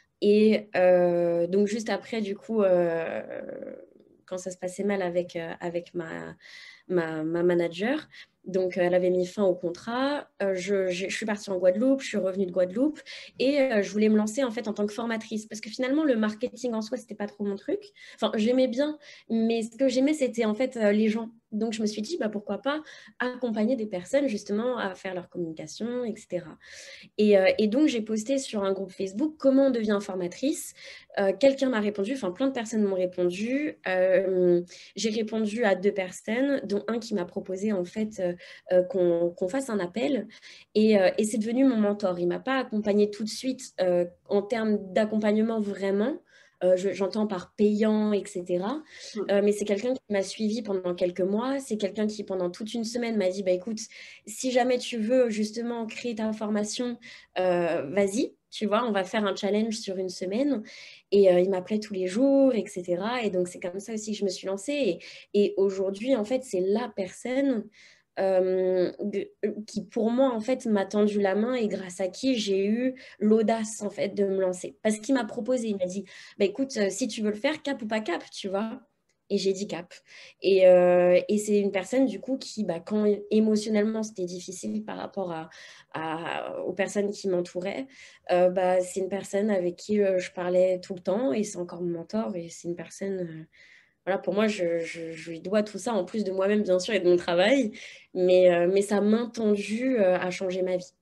et euh, donc juste après, du coup, euh, quand ça se passait mal avec, euh, avec ma, ma, ma manager, donc euh, elle avait mis fin au contrat. Euh, je, je, je suis partie en Guadeloupe, je suis revenue de Guadeloupe et euh, je voulais me lancer en fait en tant que formatrice parce que finalement, le marketing en soi, c'était pas trop mon truc. Enfin, j'aimais bien, mais ce que j'aimais, c'était en fait euh, les gens. Donc, je me suis dit, bah, pourquoi pas accompagner des personnes justement à faire leur communication, et cetera. Et, euh, et donc, j'ai posté sur un groupe Facebook comment on devient formatrice. Euh, quelqu'un m'a répondu, enfin plein de personnes m'ont répondu. Euh, j'ai répondu à deux personnes, dont un qui m'a proposé en fait euh, euh, qu'on qu'on fasse un appel. Et, euh, et c'est devenu mon mentor. Il ne m'a pas accompagné tout de suite euh, en termes d'accompagnement vraiment. Euh, je- j'entends par payant, et cetera. Mm. Euh, mais c'est quelqu'un qui m'a suivi pendant quelques mois. C'est quelqu'un qui, pendant toute une semaine, m'a dit, bah, écoute, si jamais tu veux justement créer ta formation, euh, vas-y, tu vois, on va faire un challenge sur une semaine. Et euh, il m'appelait tous les jours, et cetera. Et donc, c'est comme ça aussi que je me suis lancée. Et, et aujourd'hui, en fait, c'est la personne euh, de- qui, pour moi, en fait, m'a tendu la main et grâce à qui j'ai eu l'audace, en fait, de me lancer. Parce qu'il m'a proposé, il m'a dit, bah, écoute, euh, si tu veux le faire, cap ou pas cap, tu vois. Et j'ai dit cap. Et, euh, et c'est une personne, du coup, qui, bah, quand émotionnellement, c'était difficile par rapport à, à- aux personnes qui m'entouraient, euh, bah, c'est une personne avec qui euh, je parlais tout le temps et c'est encore mon mentor. Et c'est une personne, euh, voilà, pour moi, je, je- je lui dois tout ça, en plus de moi-même, bien sûr, et de mon travail. Mais, euh, mais ça m'a tendu euh, à changer ma vie.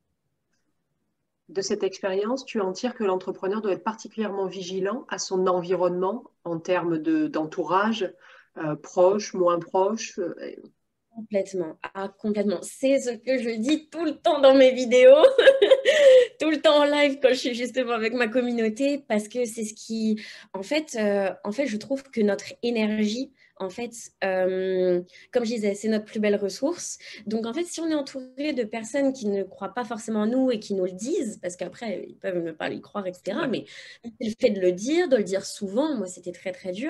De cette expérience, tu en tires que l'entrepreneur doit être particulièrement vigilant à son environnement en termes de, d'entourage, euh, proche, moins proche. euh, Complètement, ah, complètement. C'est ce que je dis tout le temps dans mes vidéos, tout le temps en live quand je suis justement avec ma communauté, parce que c'est ce qui, en fait, euh, en fait, je trouve que notre énergie, en fait, euh, comme je disais, c'est notre plus belle ressource. Donc, en fait, si on est entouré de personnes qui ne croient pas forcément en nous et qui nous le disent, parce qu'après, ils peuvent ne pas y croire, c'est et cetera. vrai. Mais le fait de le dire, de le dire souvent, moi, c'était très, très dur.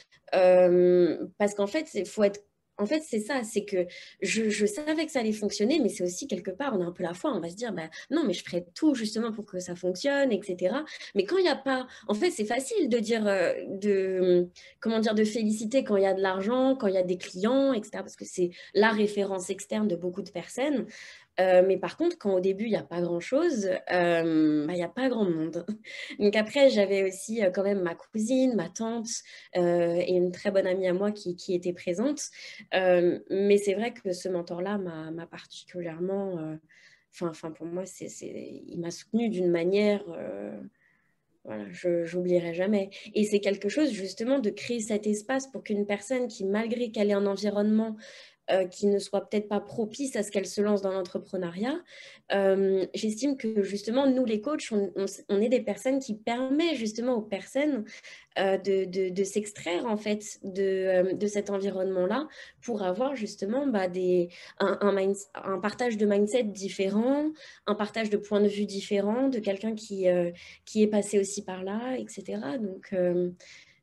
Euh, parce qu'en fait, il faut être. En fait, c'est ça, c'est que je, je savais que ça allait fonctionner, mais c'est aussi quelque part, on a un peu la foi, on va se dire, bah, non, mais je ferai tout justement pour que ça fonctionne, et cetera. Mais quand il n'y a pas, en fait, c'est facile de dire, euh, de, comment dire, de féliciter quand il y a de l'argent, quand il y a des clients, et cetera. Parce que c'est la référence externe de beaucoup de personnes. Euh, mais par contre, quand au début, il n'y a pas grand-chose, euh, bah, il n'y a pas grand monde. Donc après, j'avais aussi euh, quand même ma cousine, ma tante euh, et une très bonne amie à moi qui, qui était présente. Euh, mais c'est vrai que ce mentor-là m'a m'a particulièrement... euh, Enfin, enfin, pour moi, c'est, c'est, il m'a soutenue d'une manière... euh, voilà, je n'oublierai jamais. Et c'est quelque chose justement de créer cet espace pour qu'une personne qui, malgré qu'elle ait un environnement euh, qui ne soit peut-être pas propice à ce qu'elle se lance dans l'entrepreneuriat, euh, j'estime que justement, nous les coachs, on, on, on est des personnes qui permettent justement aux personnes euh, de, de, de s'extraire en fait de, euh, de cet environnement-là pour avoir justement bah, des, un, un, mind, un partage de mindset différent, un partage de points de vue différents, de quelqu'un qui, euh, qui est passé aussi par là, et cetera. Donc, euh,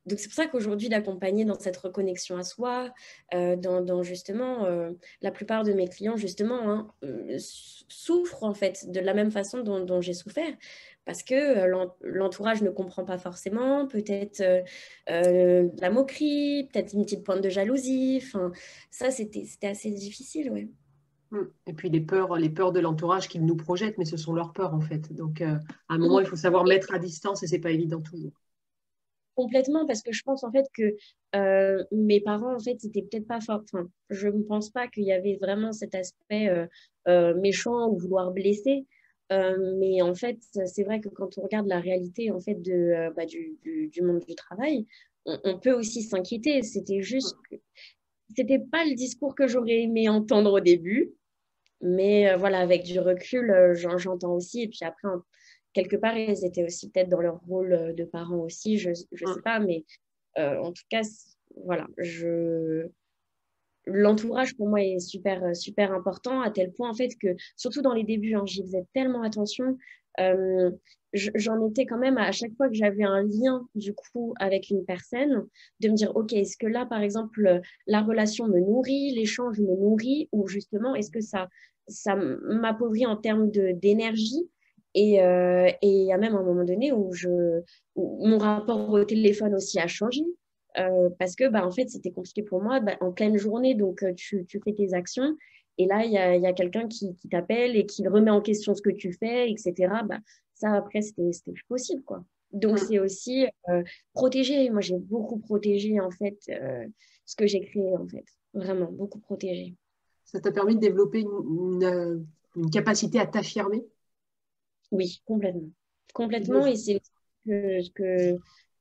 Donc, c'est pour ça qu'aujourd'hui, d'accompagner dans cette reconnexion à soi, euh, dans, dans, justement, euh, la plupart de mes clients, justement, hein, euh, souffrent en fait de la même façon dont, dont j'ai souffert. Parce que euh, l'entourage ne comprend pas forcément, peut-être euh, euh, de la moquerie, peut-être une petite pointe de jalousie. Enfin, ça, c'était assez difficile, ouais. Et puis les peurs, les peurs de l'entourage qu'ils nous projettent, mais ce sont leurs peurs en fait. Donc euh, à un moment, il faut savoir mettre à distance et c'est pas évident toujours. Complètement, parce que je pense en fait que euh, mes parents, en fait, c'était peut-être pas fort. Enfin, je ne pense pas qu'il y avait vraiment cet aspect euh, euh, méchant ou vouloir blesser. Euh, mais en fait, c'est vrai que quand on regarde la réalité en fait de, euh, bah, du, du, du monde du travail, on, on peut aussi s'inquiéter. C'était juste que c'était pas le discours que j'aurais aimé entendre au début. Mais euh, voilà, avec du recul, euh, j'en- j'entends aussi. Et puis après, en- quelque part, ils étaient aussi peut-être dans leur rôle euh, de parents aussi, je ne sais pas. Mais euh, en tout cas, c- voilà, je... l'entourage pour moi est super, euh, super important à tel point en fait que, surtout dans les débuts, hein, j'y faisais tellement attention. Euh, j- J'en étais quand même à, à chaque fois que j'avais un lien du coup avec une personne, de me dire, OK, est-ce que là, par exemple, la relation me nourrit, l'échange me nourrit, ou justement, est-ce que ça, ça m'appauvrit en termes de, d'énergie? Et, euh, et il y a même un moment donné où, je, où mon rapport au téléphone aussi a changé. Euh, parce que bah, en fait, c'était compliqué pour moi bah, en pleine journée. Donc, euh, tu, tu fais tes actions et là, il y a, y a quelqu'un qui, qui t'appelle et qui remet en question ce que tu fais, et cetera. Bah, ça, après, c'était c'était plus possible, quoi. Donc, c'est aussi euh, protéger. Moi, j'ai beaucoup protégé, en fait, euh, ce que j'ai créé, en fait. Vraiment, beaucoup protégé. Ça t'a permis de développer une, une, une capacité à t'affirmer. Oui, complètement. Et donc, Complètement. Et c'est ce que, que,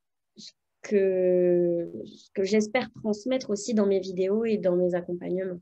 que, que j'espère transmettre aussi dans mes vidéos et dans mes accompagnements.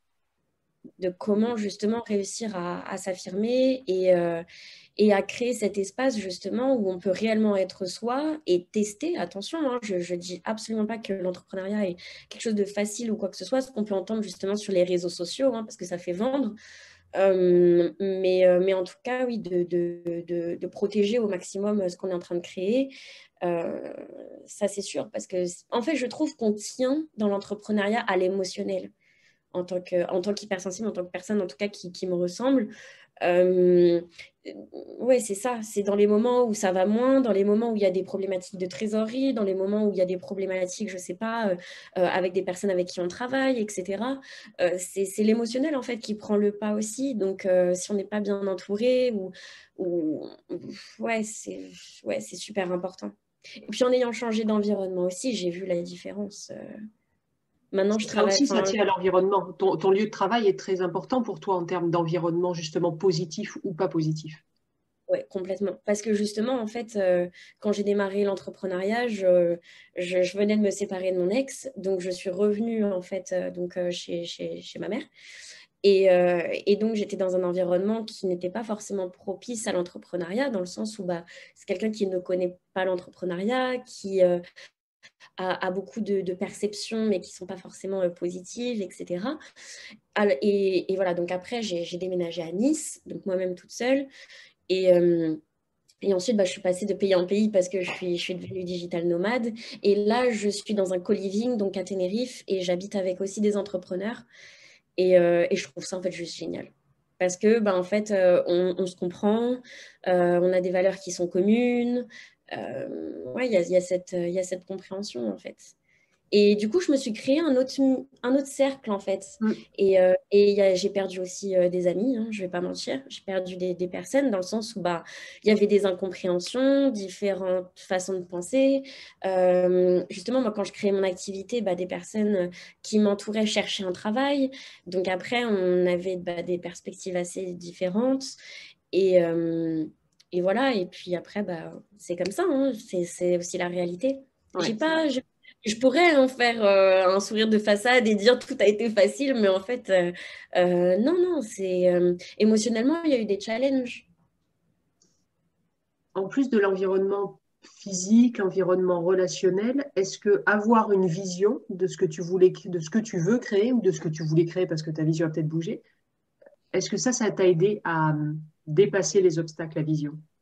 De comment justement réussir à, à s'affirmer et, euh, et à créer cet espace justement où on peut réellement être soi et tester. Attention, hein, je ne dis absolument pas que l'entrepreneuriat est quelque chose de facile ou quoi que ce soit, ce qu'on peut entendre justement sur les réseaux sociaux, hein, parce que ça fait vendre. Euh, mais, euh, mais en tout cas, oui, de, de, de, de protéger au maximum ce qu'on est en train de créer. Euh, ça, c'est sûr, parce que en fait, je trouve qu'on tient dans l'entrepreneuriat à l'émotionnel en tant que, en tant qu'hypersensible, en tant que personne en tout cas qui, qui me ressemble. Euh, ouais, c'est ça. C'est dans les moments où ça va moins, dans les moments où il y a des problématiques de trésorerie, dans les moments où il y a des problématiques, je sais pas, euh, euh, avec des personnes avec qui on travaille, et cetera. Euh, c'est, c'est l'émotionnel en fait qui prend le pas aussi. Donc, euh, si on n'est pas bien entouré ou, ou ouais, c'est ouais, c'est super important. Et puis en ayant changé d'environnement aussi, j'ai vu la différence. Euh, maintenant, je ça travaille. aussi, ça Enfin, tient à l'environnement. Ton, ton lieu de travail est très important pour toi en termes d'environnement, justement positif ou pas positif. ouais, complètement. Parce que justement, en fait, euh, quand j'ai démarré l'entrepreneuriat, je, je, je venais de me séparer de mon ex, donc je suis revenue en fait euh, donc, euh, chez, chez, chez ma mère. Et, euh, et donc, j'étais dans un environnement qui n'était pas forcément propice à l'entrepreneuriat, dans le sens où bah, c'est quelqu'un qui ne connaît pas l'entrepreneuriat, qui euh, a, a, beaucoup de, de, perceptions, mais qui ne sont pas forcément euh, positives, et cetera. Et, et voilà, donc après, j'ai déménagé à Nice, donc moi-même toute seule. Et, euh, et ensuite, bah, je suis passée de pays en pays parce que je suis, je suis devenue digital nomade. Et là, je suis dans un co-living, donc à Tenerife, et j'habite avec aussi des entrepreneurs. Et, euh, et je trouve ça en fait juste génial. Parce que, bah, en fait, euh, on, on, se comprend, euh, on a des valeurs qui sont communes. Euh, ouais, il y a, y a cette, il y a cette compréhension, en fait. Et du coup, je me suis créé un autre, un autre cercle, en fait. Mm. Et, euh, et j'ai perdu aussi euh, des amis, hein, je ne vais pas mentir. J'ai perdu des, des, personnes dans le sens où bah, il y avait des incompréhensions, différentes façons de penser. Euh, justement, moi, quand je créais mon activité, bah, des personnes qui m'entouraient cherchaient un travail. Donc après, on avait bah, des perspectives assez différentes. Et, euh, et voilà. Et puis après, bah, c'est comme ça. Hein, c'est aussi la réalité. J'ai Ouais, c'est pas, je pourrais en faire euh, un sourire de façade et dire tout a été facile, mais en fait, euh, euh, non, non, c'est euh, émotionnellement, il y a eu des challenges. en plus de l'environnement physique, l'environnement relationnel, est-ce que avoir une vision de ce que tu voulais, de ce que tu veux créer ou de ce que tu voulais créer parce que ta vision a peut-être bougé, est-ce que ça, ça t'a aidé à euh, dépasser les obstacles à vision?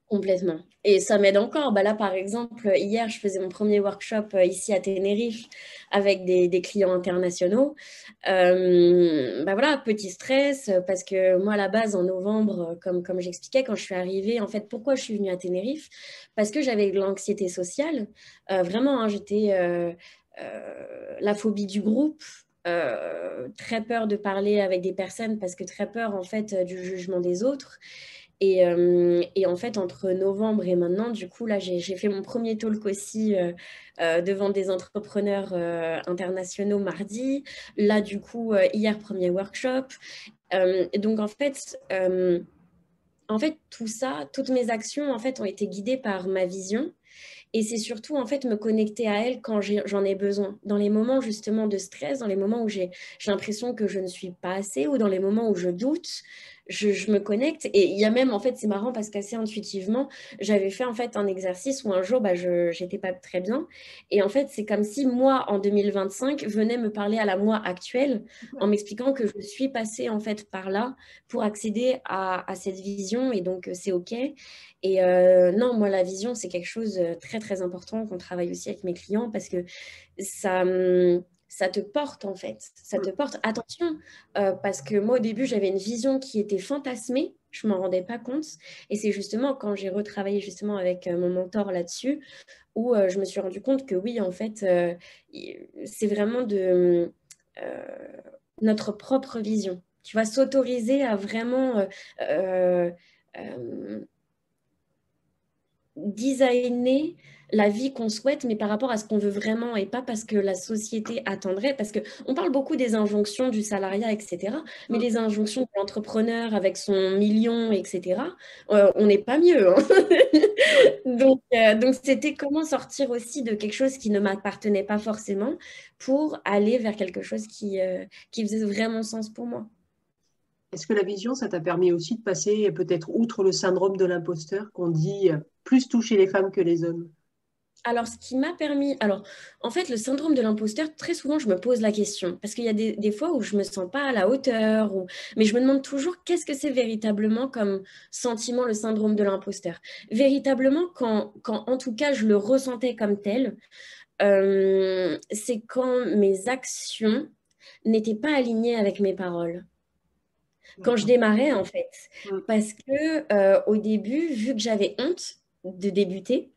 Complètement. Et ça m'aide encore. Bah là, par exemple, hier, je faisais mon premier workshop euh, ici à Tenerife avec des, des clients internationaux. Euh, bah voilà, petit stress, euh, parce que moi, à la base, en novembre, euh, comme, comme j'expliquais, quand je suis arrivée, en fait, pourquoi je suis venue à Tenerife? Parce que j'avais de l'anxiété sociale. Euh, vraiment, hein, j'étais euh, euh, la phobie du groupe. Euh, très peur de parler avec des personnes parce que très peur en fait euh, du jugement des autres. Et, euh, et, en fait, entre novembre et maintenant, du coup, là, j'ai fait mon premier talk aussi euh, euh, devant des entrepreneurs euh, internationaux mardi. Là, du coup, euh, hier, premier workshop. Euh, donc, en fait, euh, en fait, tout ça, toutes mes actions, en fait, ont été guidées par ma vision. Et c'est surtout, en fait, me connecter à elle quand j'en ai, ai besoin. Dans les moments, justement, de stress, dans les moments où j'ai l'impression que je ne suis pas assez ou dans les moments où je doute, je, je me connecte. Et il y a même, en fait, c'est marrant parce qu'assez intuitivement, j'avais fait, en fait, un exercice où un jour, bah, je n'étais pas très bien. Et en fait, c'est comme si moi, en deux mille vingt-cinq, venait me parler à la moi actuelle en m'expliquant que je suis passée, en fait, par là pour accéder à, à cette vision. Et donc, c'est OK. Et euh, non, moi, la vision, c'est quelque chose de très, très important qu'on travaille aussi avec mes clients parce que ça, hum, ça te porte, en fait. Ça te porte. Attention, euh, parce que moi, au début, j'avais une vision qui était fantasmée. Je ne m'en rendais pas compte. Et c'est justement quand j'ai retravaillé justement avec euh, mon mentor là-dessus où euh, je me suis rendu compte que oui, en fait, euh, c'est vraiment de euh, notre propre vision. Tu vas s'autoriser à vraiment euh, euh, euh, designer la vie qu'on souhaite, mais par rapport à ce qu'on veut vraiment et pas parce que la société attendrait. Parce qu'on parle beaucoup des injonctions du salariat, et cetera. Mais les injonctions de l'entrepreneur avec son million, et cetera, euh, on n'est pas mieux. Hein. donc, euh, donc, c'était comment sortir aussi de quelque chose qui ne m'appartenait pas forcément pour aller vers quelque chose qui, euh, qui faisait vraiment sens pour moi. Est-ce que la vision, ça t'a permis aussi de passer peut-être outre le syndrome de l'imposteur qu'on dit euh, plus toucher les femmes que les hommes? Alors, ce qui m'a permis. Alors, en fait, le syndrome de l'imposteur, très souvent, je me pose la question. Parce qu'il y a des, des fois où je ne me sens pas à la hauteur. Ou... Mais je me demande toujours qu'est-ce que c'est véritablement comme sentiment, le syndrome de l'imposteur. Véritablement, quand, quand en tout cas je le ressentais comme tel, euh, c'est quand mes actions n'étaient pas alignées avec mes paroles. Quand je D'accord. démarrais, en fait. Mm. Parce que euh, au début, vu que j'avais honte de débuter,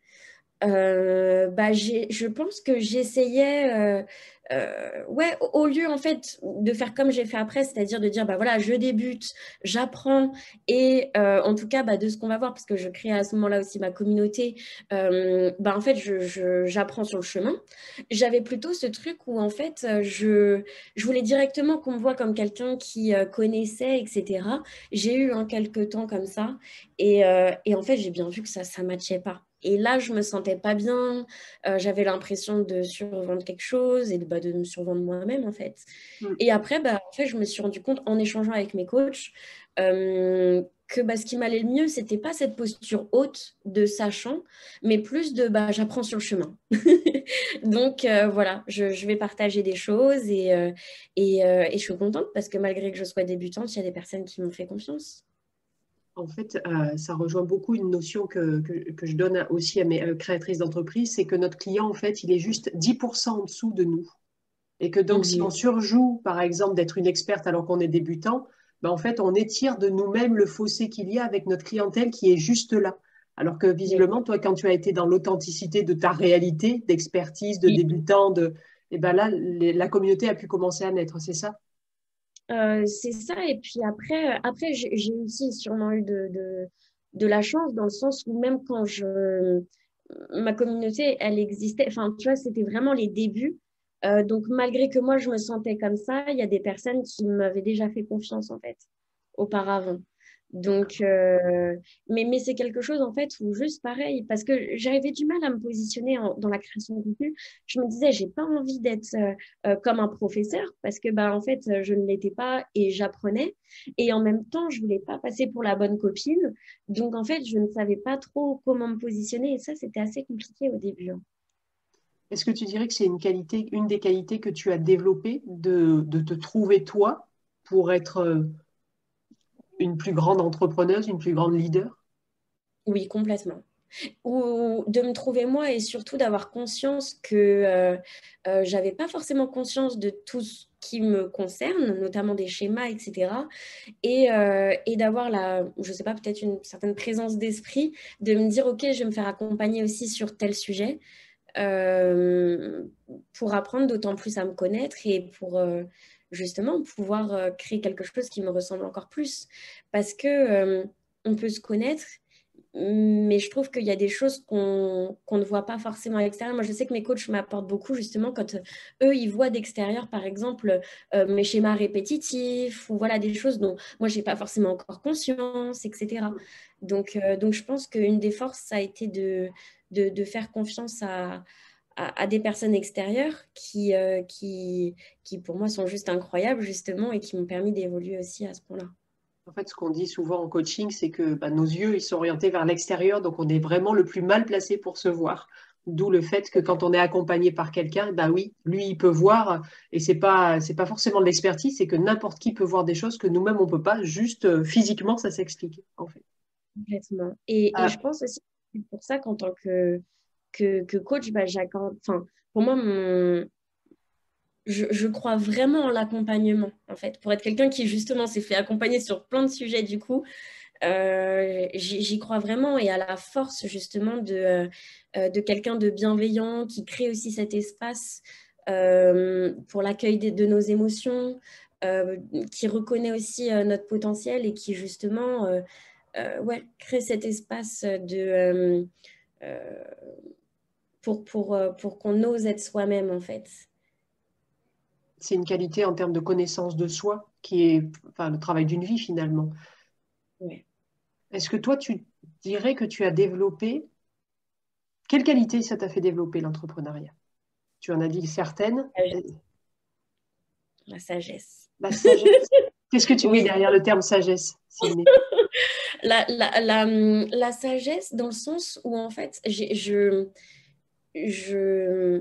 euh, bah, j'ai, je pense que j'essayais, euh, euh, ouais, au au lieu en fait de faire comme j'ai fait après, c'est-à-dire de dire, bah voilà, je débute, j'apprends, et euh, en tout cas, bah, de ce qu'on va voir, parce que je crée à ce moment-là aussi ma communauté, euh, bah en fait, je, je- j'apprends sur le chemin. J'avais plutôt ce truc où en fait, euh, je, je voulais directement qu'on me voit comme quelqu'un qui euh, connaissait, et cetera. J'ai eu un quelques temps comme ça, et, euh, et en fait, j'ai bien vu que ça, ça matchait pas. Et là, je me sentais pas bien. Euh, j'avais l'impression de survendre quelque chose et de, bah, de me survendre moi-même, en fait. Mm. Et après, bah, en fait, je me suis rendu compte en échangeant avec mes coachs euh, que bah, ce qui m'allait le mieux, c'était pas cette posture haute de sachant, mais plus de bah, j'apprends sur le chemin. Donc euh, voilà, je, je vais partager des choses et, euh, et, euh, et je suis contente parce que malgré que je sois débutante, il y a des personnes qui m'ont fait confiance. En fait, euh, ça rejoint beaucoup une notion que, que, que je donne aussi à mes euh, créatrices d'entreprise, c'est que notre client, en fait, il est juste dix pour cent en dessous de nous. Et que donc, si on Mhm. surjoue, par exemple, d'être une experte alors qu'on est débutant, ben, en fait, on étire de nous-mêmes le fossé qu'il y a avec notre clientèle qui est juste là. Alors que Oui. visiblement, toi, quand tu as été dans l'authenticité de ta réalité, d'expertise, de Oui. débutant, de, et ben là, les- la communauté a pu commencer à naître, c'est ça? Euh, c'est ça. Et puis après, euh, après j'ai j'ai aussi sûrement eu de, de, de la chance dans le sens où même quand je... Ma communauté, elle existait. Enfin, tu vois, c'était vraiment les débuts. Euh, donc, malgré que moi, je me sentais comme ça, il y a des personnes qui m'avaient déjà fait confiance, en fait, auparavant. Donc, euh, mais, mais c'est quelque chose, en fait, où juste pareil, parce que j'avais du mal à me positionner en- dans la création de contenu. Je me disais, j'ai pas envie d'être euh, euh, comme un professeur, parce que, bah, en fait, je ne l'étais pas et j'apprenais. Et en même temps, je voulais pas passer pour la bonne copine. Donc, en fait, je ne savais pas trop comment me positionner. Et ça, c'était assez compliqué au début. Hein. Est-ce que tu dirais que c'est une qualité, une des qualités que tu as développées de, de te trouver toi pour être euh, une plus grande entrepreneuse, une plus grande leader? Oui, complètement. Ou de me trouver moi et surtout d'avoir conscience que euh, euh, j'avais pas forcément conscience de tout ce qui me concerne, notamment des schémas, et cetera. Et, euh, et d'avoir la, je sais pas, peut-être une certaine présence d'esprit, de me dire, OK, je vais me faire accompagner aussi sur tel sujet euh, pour apprendre d'autant plus à me connaître et pour euh, justement pouvoir euh, créer quelque chose qui me ressemble encore plus. Parce que euh, on peut se connaître, mais je trouve qu'il y a des choses qu'on qu'on ne voit pas forcément à l'extérieur. Moi, je sais que mes coachs m'apportent beaucoup justement quand euh, eux, ils voient d'extérieur, par exemple, euh, mes schémas répétitifs ou voilà des choses dont moi, j'ai pas forcément encore conscience, et cetera. Donc, euh, donc je pense qu'une des forces, ça a été de, de, de faire confiance à, à, à des personnes extérieures qui, euh, qui, qui, pour moi, sont juste incroyables, justement, et qui m'ont permis d'évoluer aussi à ce point-là. En fait, ce qu'on dit souvent en coaching, c'est que bah, nos yeux, ils sont orientés vers l'extérieur, donc on est vraiment le plus mal placé pour se voir. D'où le fait que quand on est accompagné par quelqu'un, bah oui, lui, il peut voir, et c'est pas, c'est pas forcément de l'expertise, c'est que n'importe qui peut voir des choses que nous-mêmes, on peut pas, juste euh, physiquement, ça s'explique, en fait. Complètement. Et, et Euh, je pense aussi que c'est pour ça qu'en tant que, que, que coach, bah, j'accorde, enfin, pour moi, mon, je, je crois vraiment en l'accompagnement, en fait. Pour être quelqu'un qui, justement, s'est fait accompagner sur plein de sujets, du coup, euh, j'y j'y crois vraiment et à la force, justement, de, euh, euh, de quelqu'un de bienveillant qui crée aussi cet espace euh, pour l'accueil de, de nos émotions, euh, qui reconnaît aussi euh, notre potentiel et qui, justement, euh, euh, ouais, crée cet espace de, euh, euh, pour, pour, euh, pour qu'on ose être soi-même, en fait. c'est une qualité en termes de connaissance de soi qui est, enfin, le travail d'une vie finalement. Ouais. Est-ce que toi, tu dirais que tu as développé, quelle qualité ça t'a fait développer l'entrepreneuriat? Tu en as dit certaines. Euh, La sagesse. La sagesse. Qu'est-ce que tu mets Oui, derrière le terme sagesse, Sydney? la, la, la, la sagesse dans le sens où en fait, j'ai- je, je,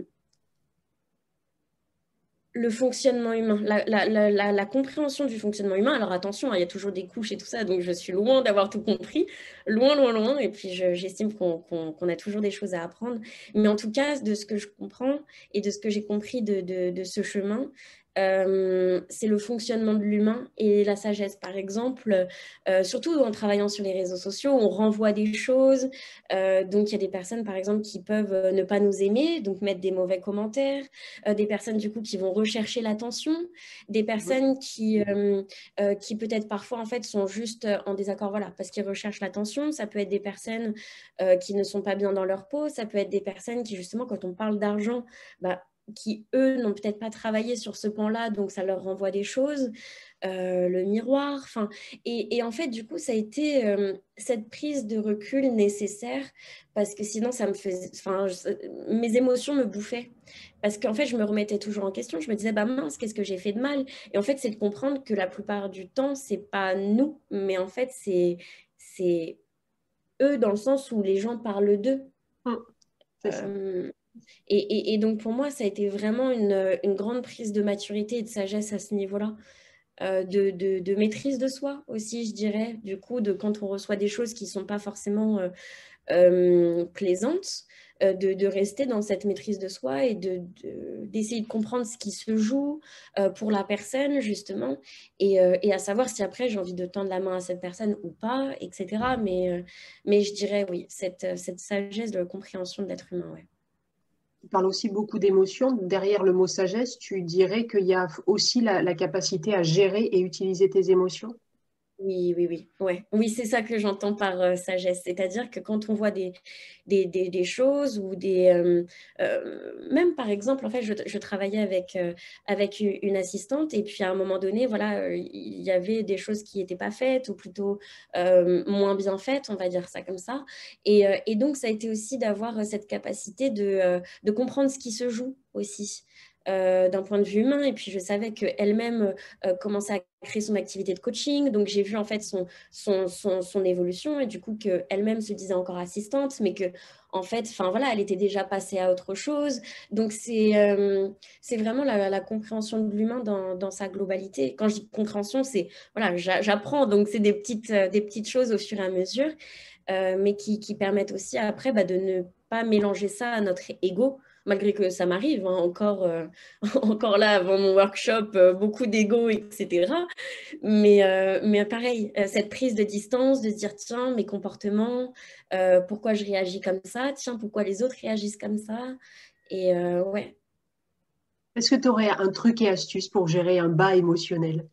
le fonctionnement humain, la, la, la, la, la compréhension du fonctionnement humain. Alors attention, hein, il y a toujours des couches et tout ça, donc je suis loin d'avoir tout compris, loin, loin, loin. Et puis je- j'estime qu'on qu'on, qu'on a toujours des choses à apprendre. Mais en tout cas, de ce que je comprends et de ce que j'ai compris de, de, de ce chemin, euh, c'est le fonctionnement de l'humain et la sagesse. Par exemple, euh, surtout en travaillant sur les réseaux sociaux, on renvoie des choses. Euh, donc il y a des personnes, par exemple, qui peuvent euh, ne pas nous aimer, donc mettre des mauvais commentaires, euh, des personnes du coup qui vont rechercher l'attention, des Mhm. personnes qui, euh, euh, qui peut-être parfois en fait sont juste euh, en désaccord, voilà, parce qu'ils recherchent l'attention. Ça peut être des personnes euh, qui ne sont pas bien dans leur peau, ça peut être des personnes qui justement quand on parle d'argent, bah, qui eux n'ont peut-être pas travaillé sur ce pan-là, donc ça leur renvoie des choses, euh, le miroir, enfin, et, et, en fait du coup ça a été euh, cette prise de recul nécessaire parce que sinon ça me faisait, enfin, je- mes émotions me bouffaient parce qu'en fait, je me remettais toujours en question. Je me disais, bah mince, qu'est-ce que j'ai fait de mal? Et en fait, c'est de comprendre que la plupart du temps, c'est pas nous, mais en fait, c'est c'est eux dans le sens où les gens parlent d'eux. Mhm. C'est ça. Euh, et, et, et donc, pour moi, ça a été vraiment une, une grande prise de maturité et de sagesse à ce niveau-là. Euh, de, de, de maîtrise de soi aussi, je dirais. Du coup, de quand on reçoit des choses qui ne sont pas forcément euh, euh, plaisante, euh, de, de rester dans cette maîtrise de soi et de, de- d'essayer de comprendre ce qui se joue euh, pour la personne, justement, et, euh, et à savoir si après j'ai envie de tendre la main à cette personne ou pas, et cetera. Mais, euh, mais je dirais oui, cette, cette sagesse de compréhension de l'être humain, ouais. Tu parles aussi beaucoup d'émotions. Derrière le mot sagesse, tu dirais qu'il y a aussi la, la capacité à gérer et utiliser tes émotions. Oui, oui, oui, ouais. Oui, c'est ça que j'entends par euh, sagesse. C'est-à-dire que quand on voit des, des, des, des choses ou des... euh, euh, même par exemple, en fait, je, je travaillais avec, euh, avec u- une assistante et puis à un moment donné, voilà, euh, il y avait des choses qui n'étaient pas faites ou plutôt euh, moins bien faites, on va dire ça comme ça. Et, euh, et donc, ça a été aussi d'avoir euh, cette capacité de, euh, de comprendre ce qui se joue aussi. euh, d'un point de vue humain. Et puis, je savais qu'elle-même euh, commençait à créer son activité de coaching. Donc, j'ai vu en fait son, son, son, son évolution et du coup qu'elle-même se disait encore assistante, mais que en fait, enfin voilà, elle était déjà passée à autre chose. Donc, c'est euh, c'est vraiment la, la compréhension de l'humain dans, dans sa globalité. Quand je dis compréhension, c'est voilà, j'apprends. Donc, c'est des petites, euh, des petites choses au fur et à mesure, euh, mais qui, qui permettent aussi après bah, de ne pas mélanger ça à notre ego, malgré que ça m'arrive hein, encore, euh, encore là avant mon workshop, euh, beaucoup d'ego, et cetera. Mais, euh, mais pareil, euh, cette prise de distance, de se dire tiens, mes comportements, euh, pourquoi je réagis comme ça, tiens, pourquoi les autres réagissent comme ça. Et euh, ouais, Est-ce que tu aurais un truc et astuce pour gérer un bas émotionnel?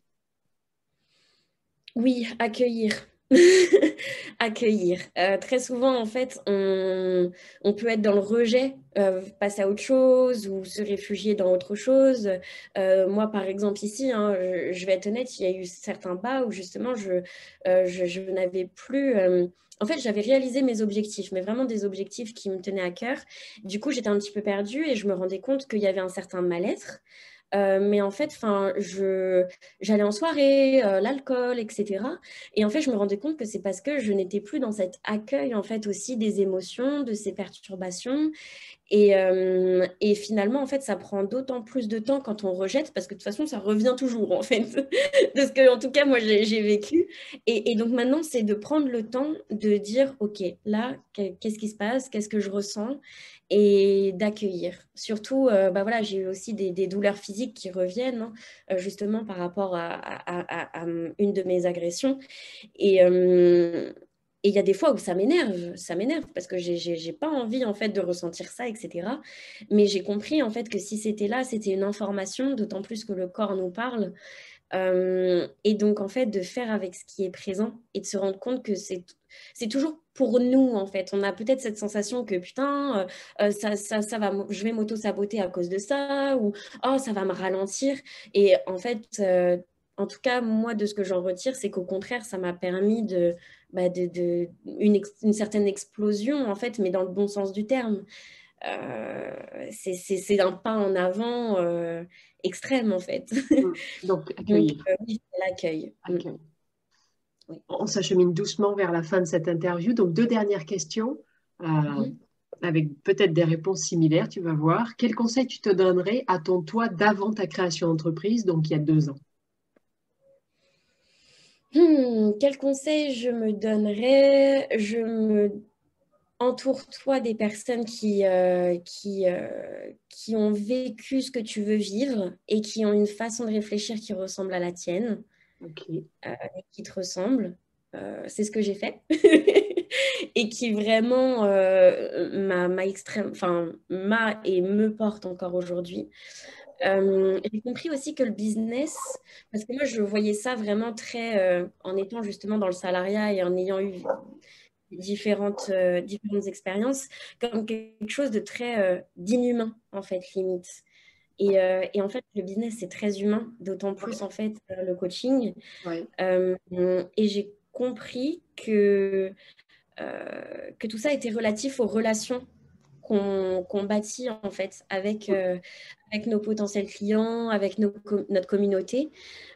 oui, accueillir. Accueillir. Euh, très souvent, en fait, on, on peut être dans le rejet, euh, passer à autre chose ou se réfugier dans autre chose. Euh, moi, par exemple, ici, hein, je, je vais être honnête, il y a eu certains bas où justement, je, euh, je, je n'avais plus... euh, en fait, j'avais réalisé mes objectifs, mais vraiment des objectifs qui me tenaient à cœur. Du coup, j'étais un petit peu perdue et je me rendais compte qu'il y avait un certain mal-être. Euh, mais en fait, enfin, je, j'allais en soirée, euh, l'alcool, et cetera. Et en fait, je me rendais compte que c'est parce que je n'étais plus dans cet accueil, en fait, aussi des émotions, de ces perturbations. Et, euh, et finalement, en fait, ça prend d'autant plus de temps quand on rejette, parce que de toute façon, ça revient toujours, en fait, de ce que, en tout cas, moi, j'ai j'ai vécu. Et, et donc maintenant, c'est de prendre le temps de dire, OK, là, qu'est-ce qui se passe? Qu'est-ce que je ressens? Et d'accueillir. Surtout, euh, bah voilà, j'ai eu aussi des, des douleurs physiques qui reviennent, hein, euh, justement par rapport à, à- à- à une de mes agressions. Et, euh, et il y a des fois où ça m'énerve, ça m'énerve parce que j'ai, j'ai, j'ai pas envie en fait de ressentir ça, et cetera. Mais j'ai compris en fait que si c'était là, c'était une information, d'autant plus que le corps nous parle. Euh, et donc en fait de faire avec ce qui est présent et de se rendre compte que c'est c'est toujours pour nous en fait. On a peut-être cette sensation que putain, euh, euh, ça, ça, ça va, m- je vais m'auto-saboter à cause de ça ou oh ça va me ralentir. Et en fait, euh, en tout cas moi de ce que j'en retire, c'est qu'au contraire ça m'a permis de, bah, de, de une, ex- une certaine explosion en fait, mais dans le bon sens du terme. Euh, c'est c'est- c'est un pas en avant euh, extrême en fait. Mm. Donc, Donc, accueillir. euh, oui, c'est l'accueil. Mm, Accueil. oui. On s'achemine doucement vers la fin de cette interview. Donc, deux dernières questions, euh, Mhm. avec peut-être des réponses similaires, tu vas voir. Quel conseil tu te donnerais à ton toi d'avant ta création d'entreprise, donc il y a deux ans? Hmm, quel conseil je me donnerais? Je me entoure-toi des personnes qui, euh, qui, euh, qui ont vécu ce que tu veux vivre et qui ont une façon de réfléchir qui ressemble à la tienne, Ok. euh, qui te ressemble. Euh, c'est ce que j'ai fait. Et qui vraiment euh, m'a m'a extrême, enfin, m'a et me porte encore aujourd'hui. Euh, j'ai compris aussi que le business, parce que moi je voyais ça vraiment très, euh, en étant justement dans le salariat et en ayant eu différentes, euh, différentes expériences, comme quelque chose de très euh, d'inhumain en fait, limite. Et, euh, et en fait, le business, c'est très humain, d'autant plus Ouais. en fait euh, le coaching. Ouais. Euh, et j'ai compris que, euh, que tout ça était relatif aux relations qu'on qu'on bâtit en fait avec, euh, avec nos potentiels clients, avec nos com- notre communauté.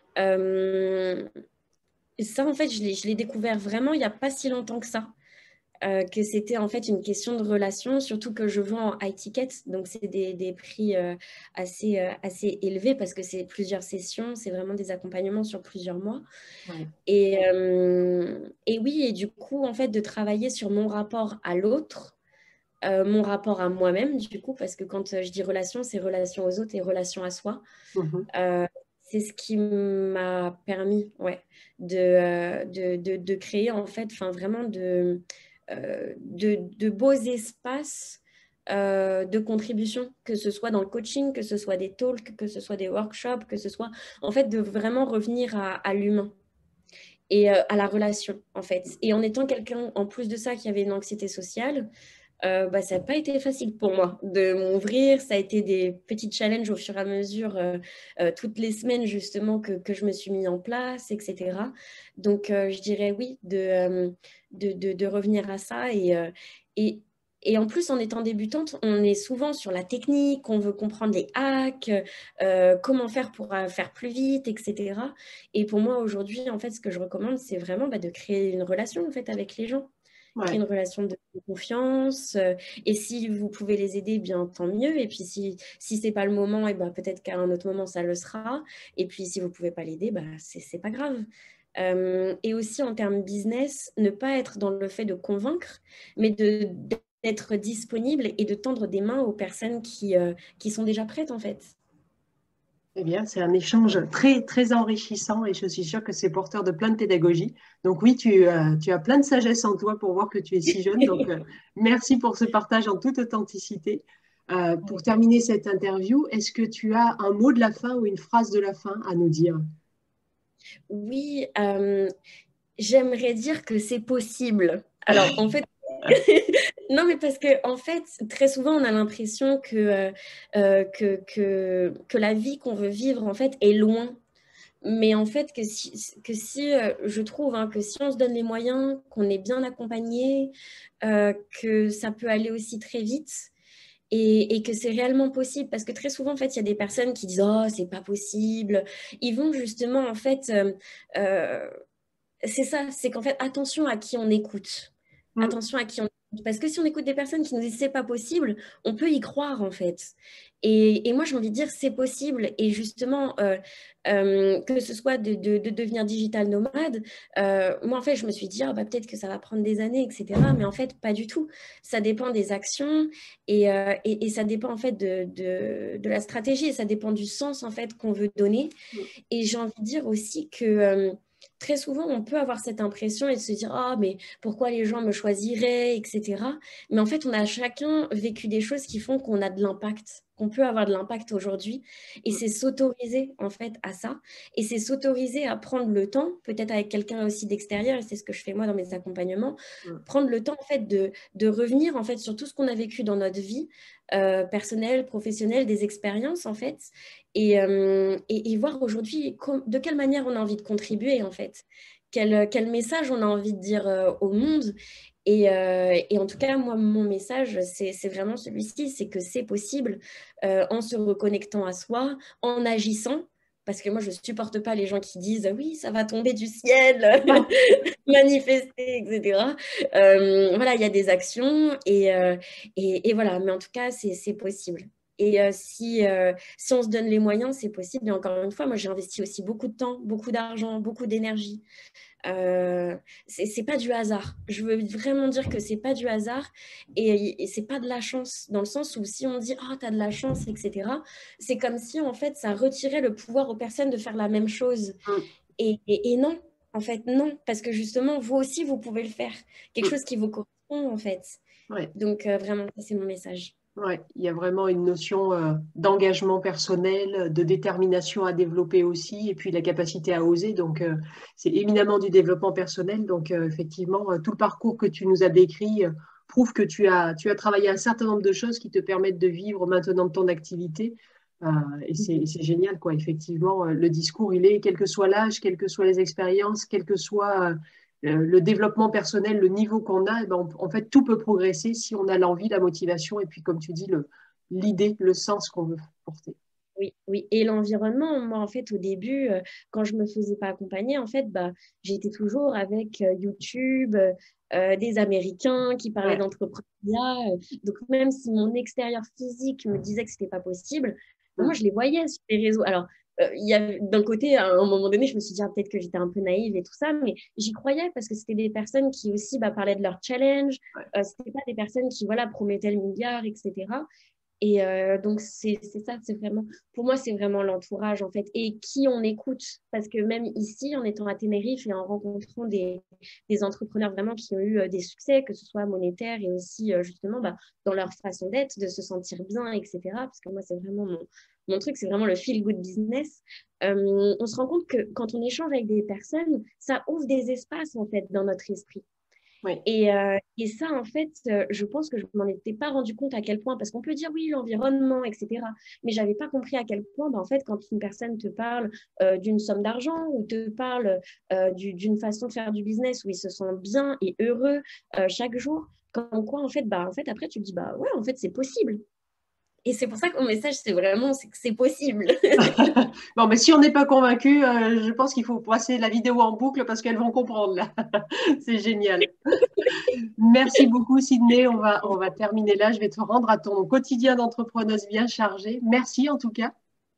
Euh, et ça, en fait, je l'ai je l'ai découvert vraiment il n'y a pas si longtemps que ça. Euh, que c'était en fait une question de relation, surtout que je vends en high ticket, donc c'est des, des prix euh, assez, euh, assez élevés parce que c'est plusieurs sessions, c'est vraiment des accompagnements sur plusieurs mois. Ouais. Et, euh, et oui, et du coup, en fait, de travailler sur mon rapport à l'autre, euh, mon rapport à moi-même, du coup, parce que quand euh, je dis relation, c'est relation aux autres et relation à soi. Mhm. Euh, c'est ce qui m'a permis, ouais, de, euh, de, de, de créer, en fait, enfin, vraiment de, euh, de, de beaux espaces euh, de contribution, que ce soit dans le coaching, que ce soit des talks, que ce soit des workshops, que ce soit, en fait, de vraiment revenir à, à l'humain et euh, à la relation, en fait. Et en étant quelqu'un, en plus de ça, qui avait une anxiété sociale, euh, bah, ça n'a pas été facile pour moi de m'ouvrir. Ça a été des petits challenges au fur et à mesure, euh, euh, toutes les semaines justement que, que je me suis mis en place, et cetera. Donc, euh, je dirais oui, de, euh, de, de, de revenir à ça et, euh, et Et en plus, en étant débutante, on est souvent sur la technique, on veut comprendre les hacks, euh, comment faire pour euh, faire plus vite, et cetera. Et pour moi, aujourd'hui, en fait, ce que je recommande, c'est vraiment bah, de créer une relation en fait, avec les gens, créer Ouais. une relation de confiance. euh, et si vous pouvez les aider, bien tant mieux. Et puis, si, si ce n'est pas le moment, et ben, peut-être qu'à un autre moment, ça le sera. Et puis, si vous ne pouvez pas l'aider, bah, c'est c'est pas grave. Euh, et aussi, en termes business, ne pas être dans le fait de convaincre, mais de d'être disponible et de tendre des mains aux personnes qui, euh, qui sont déjà prêtes, en fait. Eh bien, c'est un échange très, très enrichissant et je suis sûre que c'est porteur de plein de pédagogie. Donc oui, tu, euh, tu as plein de sagesse en toi pour voir que tu es si jeune. Donc euh, merci pour ce partage en toute authenticité. Euh, pour terminer cette interview, est-ce que tu as un mot de la fin ou une phrase de la fin à nous dire? Oui, euh, j'aimerais dire que c'est possible. Alors, en fait, non, mais parce que, en fait, très souvent, on a l'impression que, euh, euh, que, que, que la vie qu'on veut vivre, en fait, est loin. Mais en fait, que si, que si euh, je trouve hein, que si on se donne les moyens, qu'on est bien accompagné, euh, que ça peut aller aussi très vite et, et que c'est réellement possible. Parce que très souvent, en fait, il y a des personnes qui disent «Oh, c'est pas possible». Ils vont justement, en fait, euh, euh, c'est ça, c'est qu'en fait, attention à qui on écoute. Mm. Attention à qui on écoute. Parce que si on écoute des personnes qui nous disent c'est pas possible, on peut y croire en fait. Et, et moi, j'ai envie de dire c'est possible. Et justement, euh, euh, que ce soit de, de- de devenir digital nomade, euh, moi en fait, je me suis dit ah, bah, peut-être que ça va prendre des années, et cetera. Mais en fait, pas du tout. Ça dépend des actions et, euh, et, et ça dépend en fait de, de, de la stratégie et ça dépend du sens en fait qu'on veut donner. Et j'ai envie de dire aussi que euh, très souvent, on peut avoir cette impression et se dire, ah, mais pourquoi les gens me choisiraient, et cetera. Mais en fait, on a chacun vécu des choses qui font qu'on a de l'impact, qu'on peut avoir de l'impact aujourd'hui. Et Mm. c'est s'autoriser, en fait, à ça. Et c'est s'autoriser à prendre le temps, peut-être avec quelqu'un aussi d'extérieur, et c'est ce que je fais moi dans mes accompagnements, Mm. prendre le temps, en fait, de, de revenir, en fait, sur tout ce qu'on a vécu dans notre vie, euh, personnelle, professionnelle, des expériences, en fait, et, euh, et, et voir aujourd'hui de quelle manière on a envie de contribuer en fait, quel, quel message on a envie de dire euh, au monde. Et, euh, et, en tout cas, moi, mon message, c'est c'est vraiment celui-ci, c'est que c'est possible euh, en se reconnectant à soi, en agissant. Parce que moi, je ne supporte pas les gens qui disent oui, ça va tomber du ciel, manifester, et cetera. Euh, voilà, il y a des actions et, euh, et, et voilà, mais en tout cas, c'est possible. Et euh, si, euh, si on se donne les moyens, c'est possible. Et encore une fois, moi, j'ai investi aussi beaucoup de temps, beaucoup d'argent, beaucoup d'énergie. Euh, c'est c'est pas du hasard. Je veux vraiment dire que c'est pas du hasard et, et c'est pas de la chance, dans le sens où si on dit oh t'as de la chance, et cetera. C'est comme si en fait ça retirait le pouvoir aux personnes de faire la même chose. Mm. Et, et, et non, en fait non, parce que justement vous aussi vous pouvez le faire, quelque Mm. chose qui vous correspond en fait. Ouais. Donc euh, vraiment, ça, c'est mon message. Ouais, il y a vraiment une notion euh, d'engagement personnel, de détermination à développer aussi, et puis la capacité à oser. Donc, euh, c'est éminemment du développement personnel. Donc, euh, effectivement, euh, tout le parcours que tu nous as décrit euh, prouve que tu as, tu as travaillé un certain nombre de choses qui te permettent de vivre maintenant de ton activité. Euh, et c'est c'est génial, quoi. Effectivement, euh, le discours, il est, quel que soit l'âge, quelles que soient les expériences, quel que soit euh, euh, le développement personnel, le niveau qu'on a, eh ben, on- en fait, tout peut progresser si on a l'envie, la motivation et puis, comme tu dis, le, l'idée, le sens qu'on veut porter. Oui, oui. Et l'environnement, moi, en fait, au début, euh, quand je me faisais pas accompagner, en fait, bah, j'étais toujours avec euh, YouTube, euh, euh, des Américains qui parlaient Ouais. d'entrepreneuriat. euh. Donc, même si mon extérieur physique me disait que c'était pas possible, bah, moi, Mm. je les voyais sur les réseaux. Alors, euh, il y a, d'un côté, à un moment donné, je me suis dit, ah, peut-être que j'étais un peu naïve et tout ça, mais j'y croyais parce que c'était des personnes qui aussi bah, parlaient de leur challenge. Ouais. Euh, c'était pas des personnes qui, voilà, promettaient le milliard, et cetera. Et euh, donc, c'est c'est ça, c'est vraiment, pour moi, c'est vraiment l'entourage, en fait, et qui on écoute. Parce que même ici, en étant à Tenerife et en rencontrant des, des entrepreneurs vraiment qui ont eu euh, des succès, que ce soit monétaire et aussi, euh, justement, bah, dans leur façon d'être, de se sentir bien, et cetera. Parce que moi, c'est vraiment mon, mon truc, c'est vraiment le feel-good business. Euh, on se rend compte que quand on échange avec des personnes, ça ouvre des espaces, en fait, dans notre esprit. Oui. Et, euh, et ça, en fait, euh, je pense que je ne m'en étais pas rendu compte à quel point, parce qu'on peut dire oui, l'environnement, et cetera. Mais je n'avais pas compris à quel point, bah, en fait, quand une personne te parle euh, d'une somme d'argent ou te parle euh, du- d'une façon de faire du business où ils se sentent bien et heureux euh, chaque jour, comme quoi, en fait, bah, en fait, après, tu te dis, bah ouais, en fait, c'est possible. Et c'est pour ça que mon message, c'est vraiment, c'est que c'est possible. Bon, mais si on n'est pas convaincu, euh, je pense qu'il faut passer la vidéo en boucle parce qu'elles vont comprendre là. C'est génial. Merci beaucoup, Sydney. On va, on va terminer là. Je vais te rendre à ton quotidien d'entrepreneuse bien chargé. Merci en tout cas.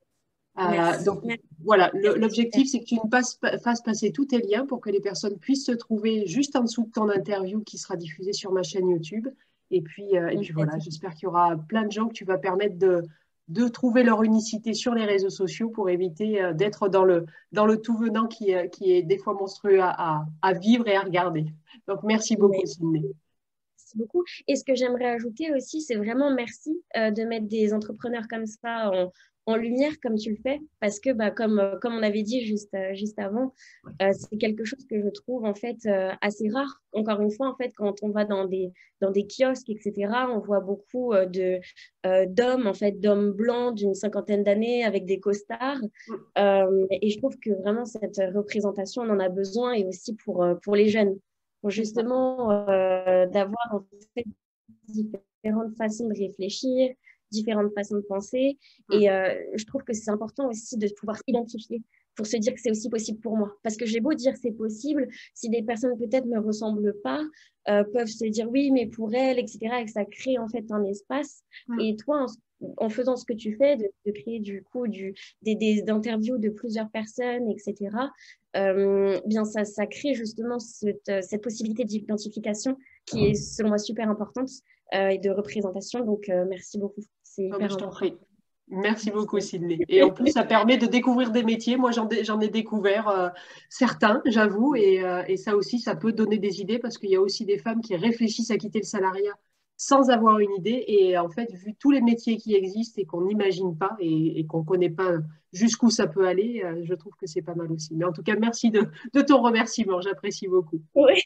Euh, Merci. donc Merci. voilà, C'était le- super. l'objectif, c'est que tu nous passes- fasses passer tous tes liens pour que les personnes puissent se trouver juste en dessous de ton interview qui sera diffusée sur ma chaîne YouTube. Et puis, euh, et puis voilà, j'espère qu'il y aura plein de gens que tu vas permettre de, de trouver leur unicité sur les réseaux sociaux pour éviter euh, d'être dans le, dans le tout venant qui, euh, qui est des fois monstrueux à, à- à vivre et à regarder. Donc merci beaucoup, Merci Sydney. beaucoup. Et ce que j'aimerais ajouter aussi, c'est vraiment merci euh, de mettre des entrepreneurs comme ça en, en lumière, comme tu le fais, parce que, bah, comme, euh, comme on avait dit juste, euh, juste avant, euh, c'est quelque chose que je trouve en fait euh, assez rare. Encore une fois, en fait, quand on va dans des, dans des kiosques, et cetera, on voit beaucoup euh, de, euh, d'hommes, en fait, d'hommes blancs d'une cinquantaine d'années avec des costards. Euh, et je trouve que vraiment cette représentation, on en a besoin et aussi pour, euh, pour les jeunes pour C'est ça. justement euh, d'avoir en fait différentes façons de réfléchir, différentes façons de penser. Et euh, je trouve que c'est important aussi de pouvoir s'identifier pour se dire que c'est aussi possible pour moi. Parce que j'ai beau dire c'est possible, si des personnes peut-être ne me ressemblent pas, euh, peuvent se dire oui, mais pour elles, et cetera. Et que ça crée en fait un espace. Et toi, en, en faisant ce que tu fais, de, de créer du coup du, des, des interviews de plusieurs personnes, et cetera, euh, bien ça, ça crée justement cette, cette possibilité d'identification qui est selon moi super importante euh, et de représentation. Donc, euh, merci beaucoup. C'est Oh, mais hyper je t'en important. prie. Merci beaucoup, Merci. Sydney. Et en plus, ça permet de découvrir des métiers. Moi, j'en ai, j'en ai découvert euh, certains, j'avoue, et, euh, et ça aussi, ça peut donner des idées parce qu'il y a aussi des femmes qui réfléchissent à quitter le salariat sans avoir une idée. Et en fait, vu tous les métiers qui existent et qu'on n'imagine pas et, et qu'on ne connaît pas jusqu'où ça peut aller, euh, je trouve que c'est pas mal aussi. Mais en tout cas, merci de, de ton remerciement. J'apprécie beaucoup. Oui.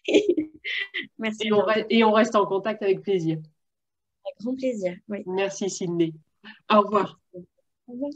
Et Merci on, bien. re- et on reste en contact avec plaisir. Avec grand plaisir. Oui. Merci, Sydney. Au revoir. Au revoir.